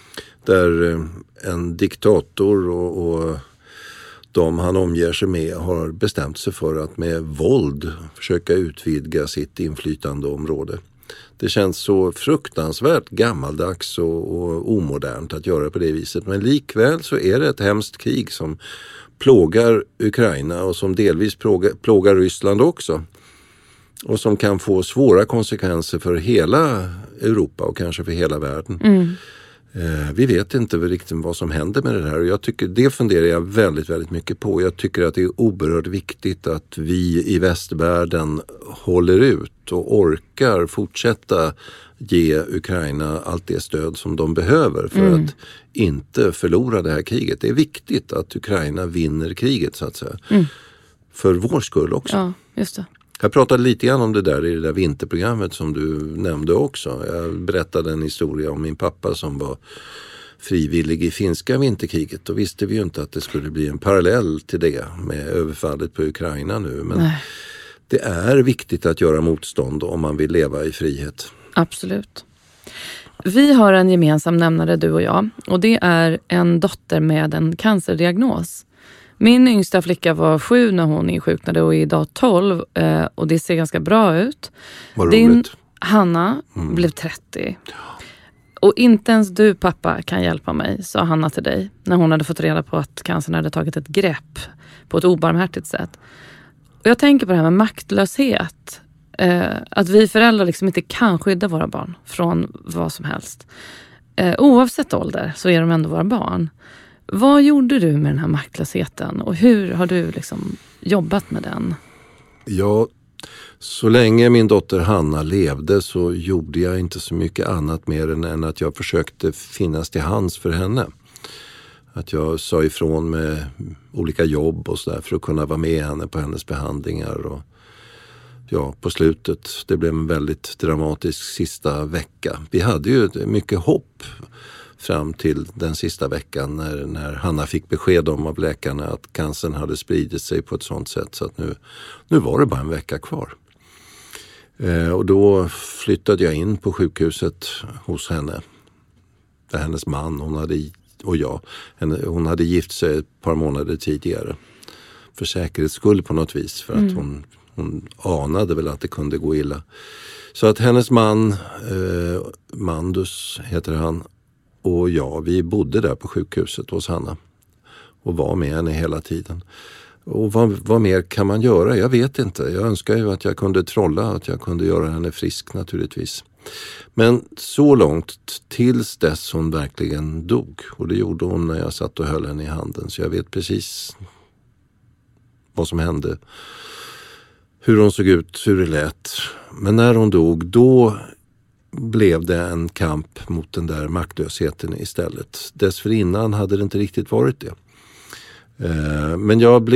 Där en diktator och de han omger sig med har bestämt sig för att med våld försöka utvidga sitt inflytandeområde. Det känns så fruktansvärt gammaldags och omodernt att göra på det viset. Men likväl så är det ett hemskt krig som plågar Ukraina och som delvis plågar Ryssland också. Och som kan få svåra konsekvenser för hela Europa och kanske för hela världen. Vi vet inte riktigt vad som händer med det här, och jag tycker, det funderar jag väldigt, väldigt mycket på. Jag tycker att det är oerhört viktigt att vi i västvärlden håller ut och orkar fortsätta ge Ukraina allt det stöd som de behöver för att inte förlora det här kriget. Det är viktigt att Ukraina vinner kriget, så att säga. För vår skull också. Ja, just det. Jag pratade lite grann om det där i det där vinterprogrammet som du nämnde också. Jag berättade en historia om min pappa som var frivillig i finska vinterkriget. Då visste vi ju inte att det skulle bli en parallell till det med överfallet på Ukraina nu. Men det är viktigt att göra motstånd om man vill leva i frihet. Absolut. Vi har en gemensam nämnare, du och jag. Och det är en dotter med en cancerdiagnos. Min yngsta flicka var 7 när hon insjuknade och är idag 12, och det ser ganska bra ut. Din Hanna blev 30. Och inte ens du, pappa, kan hjälpa mig, sa Hanna till dig när hon hade fått reda på att cancern hade tagit ett grepp på ett obarmhärtigt sätt. Och jag tänker på det här med maktlöshet. Att vi föräldrar liksom inte kan skydda våra barn från vad som helst. Oavsett ålder så är de ändå våra barn. Vad gjorde du med den här maktlösheten och hur har du liksom jobbat med den? Ja, så länge min dotter Hanna levde så gjorde jag inte så mycket annat mer än att jag försökte finnas till hands för henne. Att jag sa ifrån med olika jobb och sådär för att kunna vara med henne på hennes behandlingar. Och ja, på slutet, det blev en väldigt dramatisk sista vecka. Vi hade ju mycket hopp fram till den sista veckan när Hanna fick besked om av läkarna att cancern hade spridit sig på ett sånt sätt så att nu var det bara en vecka kvar. Och då flyttade jag in på sjukhuset hos henne. Där hennes man, hon hade gift sig ett par månader tidigare. För säkerhets skull på något vis, för att hon anade väl att det kunde gå illa. Så att hennes man, Mandus heter han, och vi bodde där på sjukhuset hos Hanna och var med henne hela tiden. Och vad mer kan man göra? Jag vet inte. Jag önskar ju att jag kunde trolla, att jag kunde göra henne frisk naturligtvis. Men så långt tills dess hon verkligen dog. Och det gjorde hon när jag satt och höll henne i handen. Så jag vet precis vad som hände hur hon såg ut, hur det lät. Men när hon dog, då blev det en kamp mot den där maktlösheten istället. Dessförinnan hade det inte riktigt varit det. Men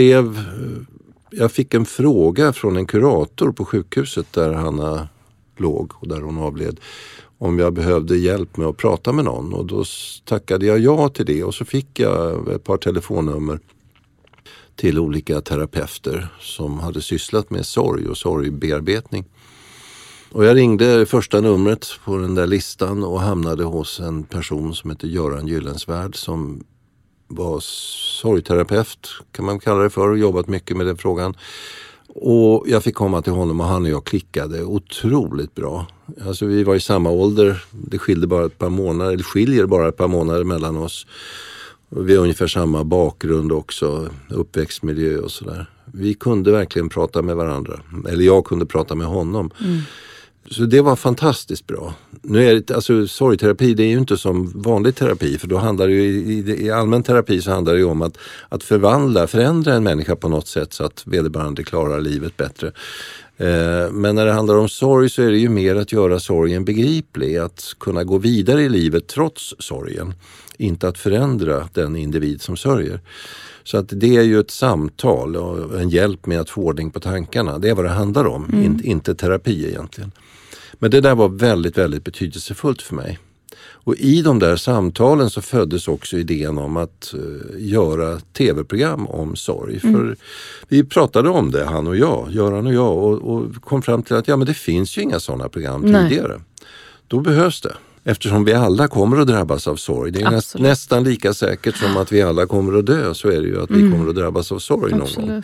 jag fick en fråga från en kurator på sjukhuset där Hanna låg och där hon avled, om jag behövde hjälp med att prata med någon, och då tackade jag ja till det, och så fick jag ett par telefonnummer till olika terapeuter som hade sysslat med sorg och sorgbearbetning. Och jag ringde första numret på den där listan och hamnade hos en person som heter Göran Gyllensvärd, som var sorgterapeut, kan man kalla det för, och jobbat mycket med den frågan. Och jag fick komma till honom och han och jag klickade otroligt bra. Alltså vi var i samma ålder, det skiljer bara ett par månader mellan oss. Och vi har ungefär samma bakgrund också, uppväxtmiljö och sådär. Vi kunde verkligen prata med varandra, eller jag kunde prata med honom. Så det var fantastiskt bra. Nu är det, alltså sorgterapi, det är ju inte som vanlig terapi, för då handlar det ju, i allmän terapi så handlar det ju om att förändra en människa på något sätt så att vederbörande klarar livet bättre. Men när det handlar om sorg så är det ju mer att göra sorgen begriplig, att kunna gå vidare i livet trots sorgen, inte att förändra den individ som sörjer. Så att det är ju ett samtal och en hjälp med att få ordning på tankarna. Det är vad det handlar om, inte terapi egentligen. Men det där var väldigt, väldigt betydelsefullt för mig. Och i de där samtalen så föddes också idén om att göra tv-program om sorg. För vi pratade om det, han och jag, Göran och jag, och kom fram till att men det finns ju inga sådana program tidigare. Då behövs det. Eftersom vi alla kommer att drabbas av sorg. Det är nästan lika säkert som att vi alla kommer att dö, så är det ju att vi kommer att drabbas av sorg någon gång.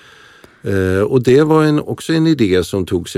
Och det var också en idé som togs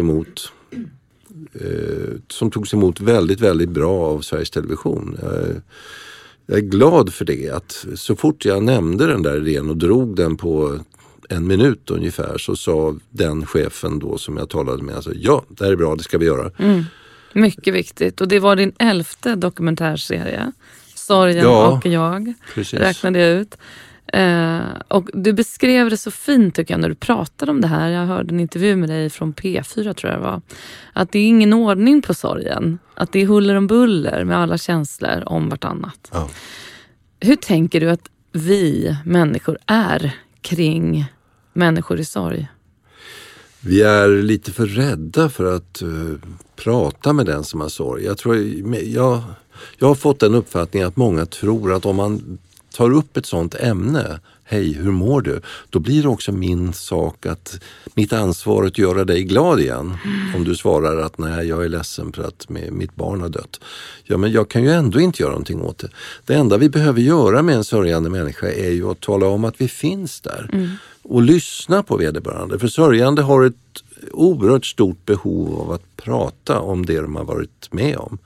emot väldigt, väldigt bra av Sveriges Television. Jag är glad för det, att så fort jag nämnde den där idén och drog den på 1 minut ungefär, så sa den chefen då som jag talade med, alltså, ja, det här är bra, det ska vi göra. Mycket viktigt. Och det var din 11:e dokumentärserie. Sorgen och jag. Precis. Räknade jag ut. Och du beskrev det så fint tycker jag när du pratade om det här. Jag hörde en intervju med dig från P4 tror jag det var. Att det är ingen ordning på sorgen. Att det är huller om buller med alla känslor om vartannat. Ja. Hur tänker du att vi människor är kring människor i sorg? Vi är lite för rädda för att prata med den som har sorg. Jag har fått den uppfattningen att många tror att om man tar upp ett sånt ämne, hej, hur mår du? Då blir det också mitt ansvar att göra dig glad igen. Om du svarar att nej, jag är ledsen för att mitt barn har dött. Ja, men jag kan ju ändå inte göra någonting åt det. Det enda vi behöver göra med en sörjande människa är ju att tala om att vi finns där. Och lyssna på vederbörande. För sörjande har ett oerhört stort behov av att prata om det de har varit med om.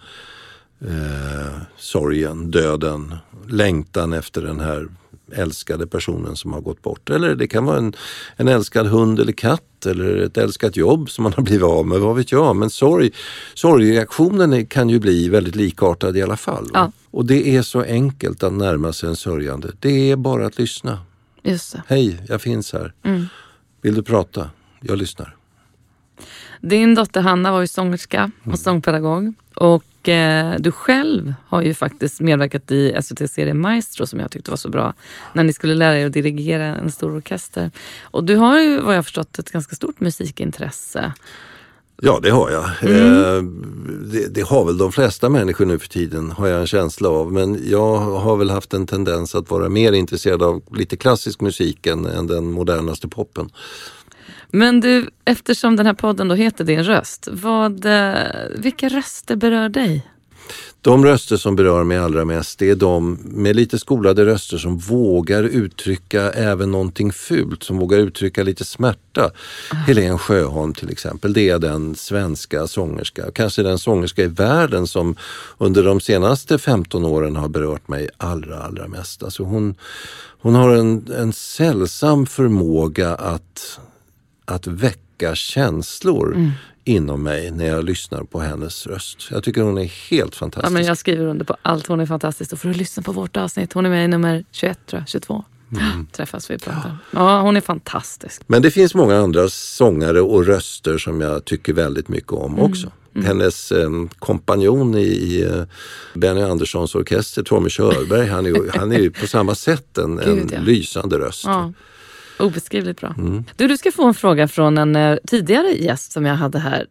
Sorgen, döden, längtan efter den här älskade personen som har gått bort. Eller det kan vara en älskad hund eller katt eller ett älskat jobb som man har blivit av med, vad vet jag. Men sorgreaktionen kan ju bli väldigt likartad i alla fall. Ja. Och det är så enkelt att närma sig en sörjande. Det är bara att lyssna. Just det. Hej, jag finns här. Vill du prata? Jag lyssnar. Din dotter Hanna var ju sångerska och sångpedagog. Och du själv har ju faktiskt medverkat i SVT-serien Maestro som jag tyckte var så bra. När ni skulle lära er att dirigera en stor orkester. Och du har ju, vad jag förstått, ett ganska stort musikintresse. Ja, det har jag. Det har väl de flesta människor nu för tiden, har jag en känsla av. Men jag har väl haft en tendens att vara mer intresserad av lite klassisk musik än den modernaste poppen. Men du, eftersom den här podden då heter Din röst, vilka röster berör dig? De röster som berör mig allra mest är de med lite skolade röster som vågar uttrycka även någonting fult, som vågar uttrycka lite smärta. Helen Sjöholm till exempel, det är den svenska sångerska, kanske den sångerska i världen som under de senaste 15 åren har berört mig allra mest. Alltså hon har en sällsam förmåga att väcka känslor inom mig när jag lyssnar på hennes röst. Jag tycker hon är helt fantastisk. Ja, men jag skriver under på allt, hon är fantastisk. Och för att lyssna på vårt avsnitt, hon är med i nummer 21 tror jag, 22. träffas vi och pratar. Ja, hon är fantastisk. Men det finns många andra sångare och röster som jag tycker väldigt mycket om också. Hennes kompanjon i Benny Anderssons orkester, Tommy Körberg, han är ju på samma sätt en lysande röst. Ja. Obeskrivligt bra. Du ska få en fråga från en tidigare gäst som jag hade här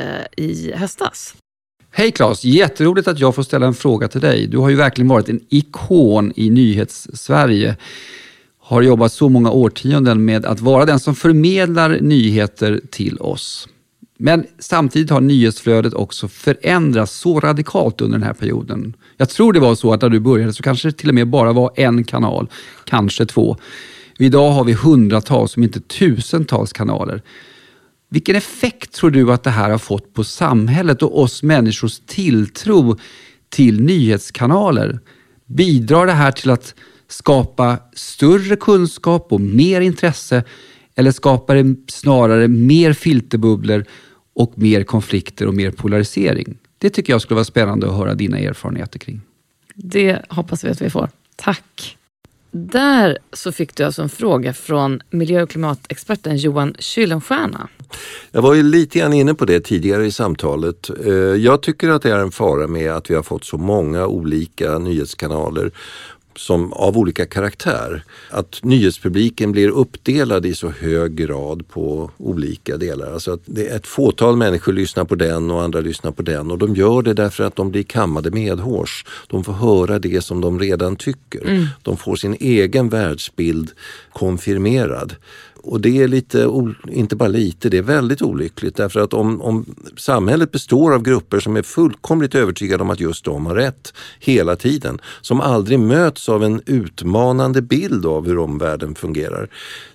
i höstas. Hej Claes, jätteroligt att jag får ställa en fråga till dig. Du har ju verkligen varit en ikon i nyhets-Sverige. Har jobbat så många årtionden med att vara den som förmedlar nyheter till oss. Men samtidigt har nyhetsflödet också förändrats så radikalt under den här perioden. Jag tror det var så att när du började så kanske det till och med bara var en kanal, kanske 2. Idag har vi hundratals, om inte tusentals kanaler. Vilken effekt tror du att det här har fått på samhället och oss människors tilltro till nyhetskanaler? Bidrar det här till att skapa större kunskap och mer intresse, eller skapar det snarare mer filterbubblor och mer konflikter och mer polarisering? Det tycker jag skulle vara spännande att höra dina erfarenheter kring. Det hoppas vi att vi får. Tack. Där så fick du alltså en fråga från miljö- och klimatexperten Johan Kuylenstierna. Jag var ju lite grann inne på det tidigare i samtalet. Jag tycker att det är en fara med att vi har fått så många olika nyhetskanaler som av olika karaktär. Att nyhetspubliken blir uppdelad i så hög grad på olika delar. Alltså att det är ett fåtal människor lyssnar på den och andra lyssnar på den. Och de gör det därför att de blir kammade medhårs. De får höra det som de redan tycker. De får sin egen världsbild konfirmerad. Och det är inte bara lite, det är väldigt olyckligt. Därför att om samhället består av grupper som är fullkomligt övertygade om att just de har rätt hela tiden, som aldrig möts av en utmanande bild av hur omvärlden fungerar,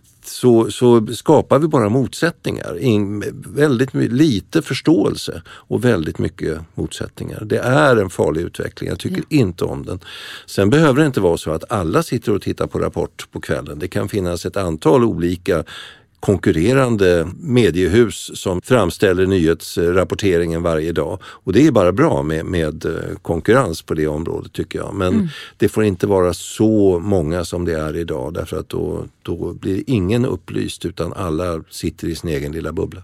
så skapar vi bara motsättningar. Väldigt lite förståelse och väldigt mycket motsättningar. Det är en farlig utveckling. Jag tycker inte om den. Sen behöver det inte vara så att alla sitter och tittar på Rapport på kvällen. Det kan finnas ett antal olika konkurrerande mediehus som framställer nyhetsrapporteringen varje dag. Och det är bara bra med konkurrens på det området, tycker jag. Men det får inte vara så många som det är idag, därför att då blir ingen upplyst, utan alla sitter i sin egen lilla bubbla.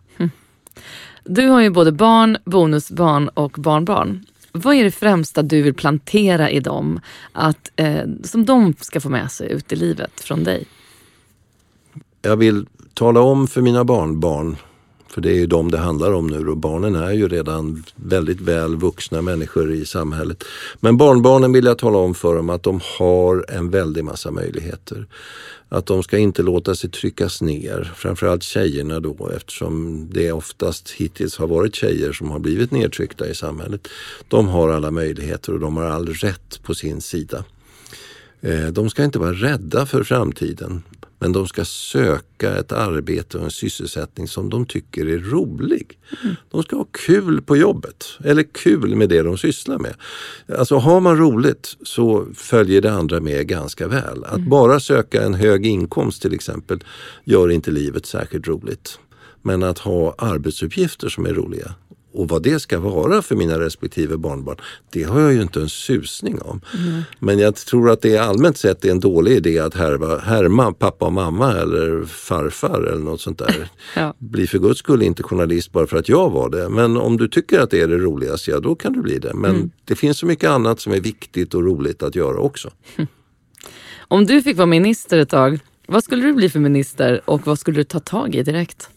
Du har ju både barn, bonusbarn och barnbarn. Vad är det främsta du vill plantera i dem som de ska få med sig ut i livet från dig? Jag vill tala om för mina barnbarn, för det är ju dem det handlar om nu, och barnen är ju redan väldigt väl vuxna människor i samhället. Men barnbarnen vill jag tala om för dem att de har en väldig massa möjligheter. Att de ska inte låta sig tryckas ner, framförallt tjejerna då, eftersom det oftast hittills har varit tjejer som har blivit nedtryckta i samhället. De har alla möjligheter och de har all rätt på sin sida. De ska inte vara rädda för framtiden, men de ska söka ett arbete och en sysselsättning som de tycker är rolig. De ska ha kul på jobbet, eller kul med det de sysslar med. Alltså har man roligt så följer det andra med ganska väl. Att bara söka en hög inkomst till exempel gör inte livet särskilt roligt. Men att ha arbetsuppgifter som är roliga, och vad det ska vara för mina respektive barnbarn, det har jag ju inte en susning om. Men jag tror att det allmänt sett är en dålig idé att härma pappa och mamma eller farfar eller något sånt där. Bli för guds skull inte journalist bara för att jag var det. Men om du tycker att det är det roligaste, ja då kan du bli det. Men det finns så mycket annat som är viktigt och roligt att göra också. Om du fick vara minister ett tag, vad skulle du bli för minister och vad skulle du ta tag i direkt?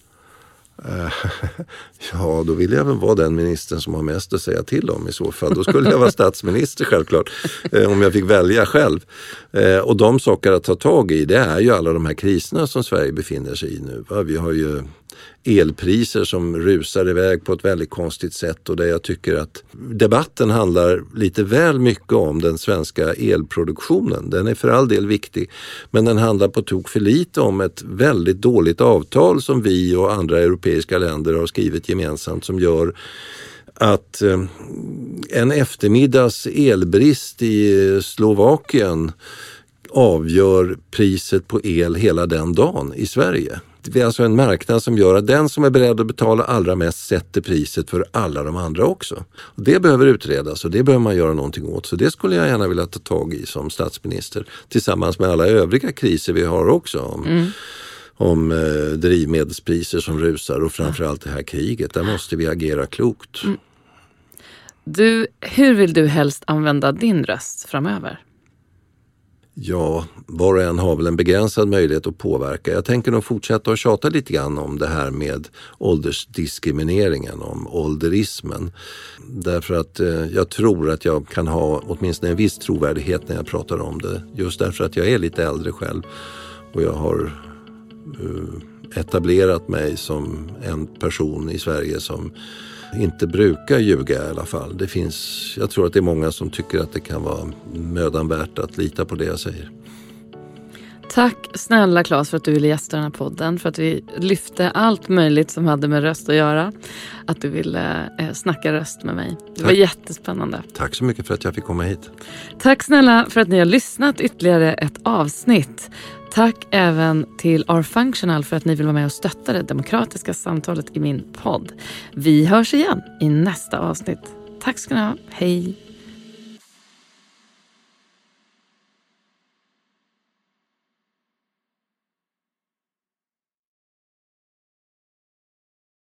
Ja, då vill jag väl vara den ministern som har mest att säga till om i så fall. Då skulle jag vara statsminister självklart, om jag fick välja själv. Och de saker att ta tag i, det är ju alla de här kriserna som Sverige befinner sig i nu. Vi har ju elpriser som rusar iväg på ett väldigt konstigt sätt, och där jag tycker att debatten handlar lite väl mycket om den svenska elproduktionen. Den är för all del viktig, men den handlar på tok för lite om ett väldigt dåligt avtal som vi och andra europeiska länder har skrivit gemensamt, som gör att en eftermiddags elbrist i Slovakien avgör priset på el hela den dagen i Sverige. Det är alltså en marknad som gör att den som är beredd att betala allra mest sätter priset för alla de andra också. Och det behöver utredas och det behöver man göra någonting åt. Så det skulle jag gärna vilja ta tag i som statsminister tillsammans med alla övriga kriser vi har också. Om drivmedelspriser som rusar och framförallt det här kriget. Där måste vi agera klokt. Hur vill du helst använda din röst framöver? Ja, var och en har väl en begränsad möjlighet att påverka. Jag tänker nog fortsätta att tjata lite grann om det här med åldersdiskrimineringen, om ålderismen. Därför att jag tror att jag kan ha åtminstone en viss trovärdighet när jag pratar om det. Just därför att jag är lite äldre själv och jag har etablerat mig som en person i Sverige som inte brukar ljuga i alla fall. Jag tror att det är många som tycker att det kan vara mödan värt att lita på det jag säger. Tack snälla Claes för att du ville gästa den här podden, för att vi lyfte allt möjligt som hade med röst att göra. Att du ville snacka röst med mig. Det var jättespännande. Tack så mycket för att jag fick komma hit. Tack snälla för att ni har lyssnat ytterligare ett avsnitt. Tack även till R-Functional för att ni vill vara med och stötta det demokratiska samtalet i min podd. Vi hörs igen i nästa avsnitt. Tack ska ni ha. Hej!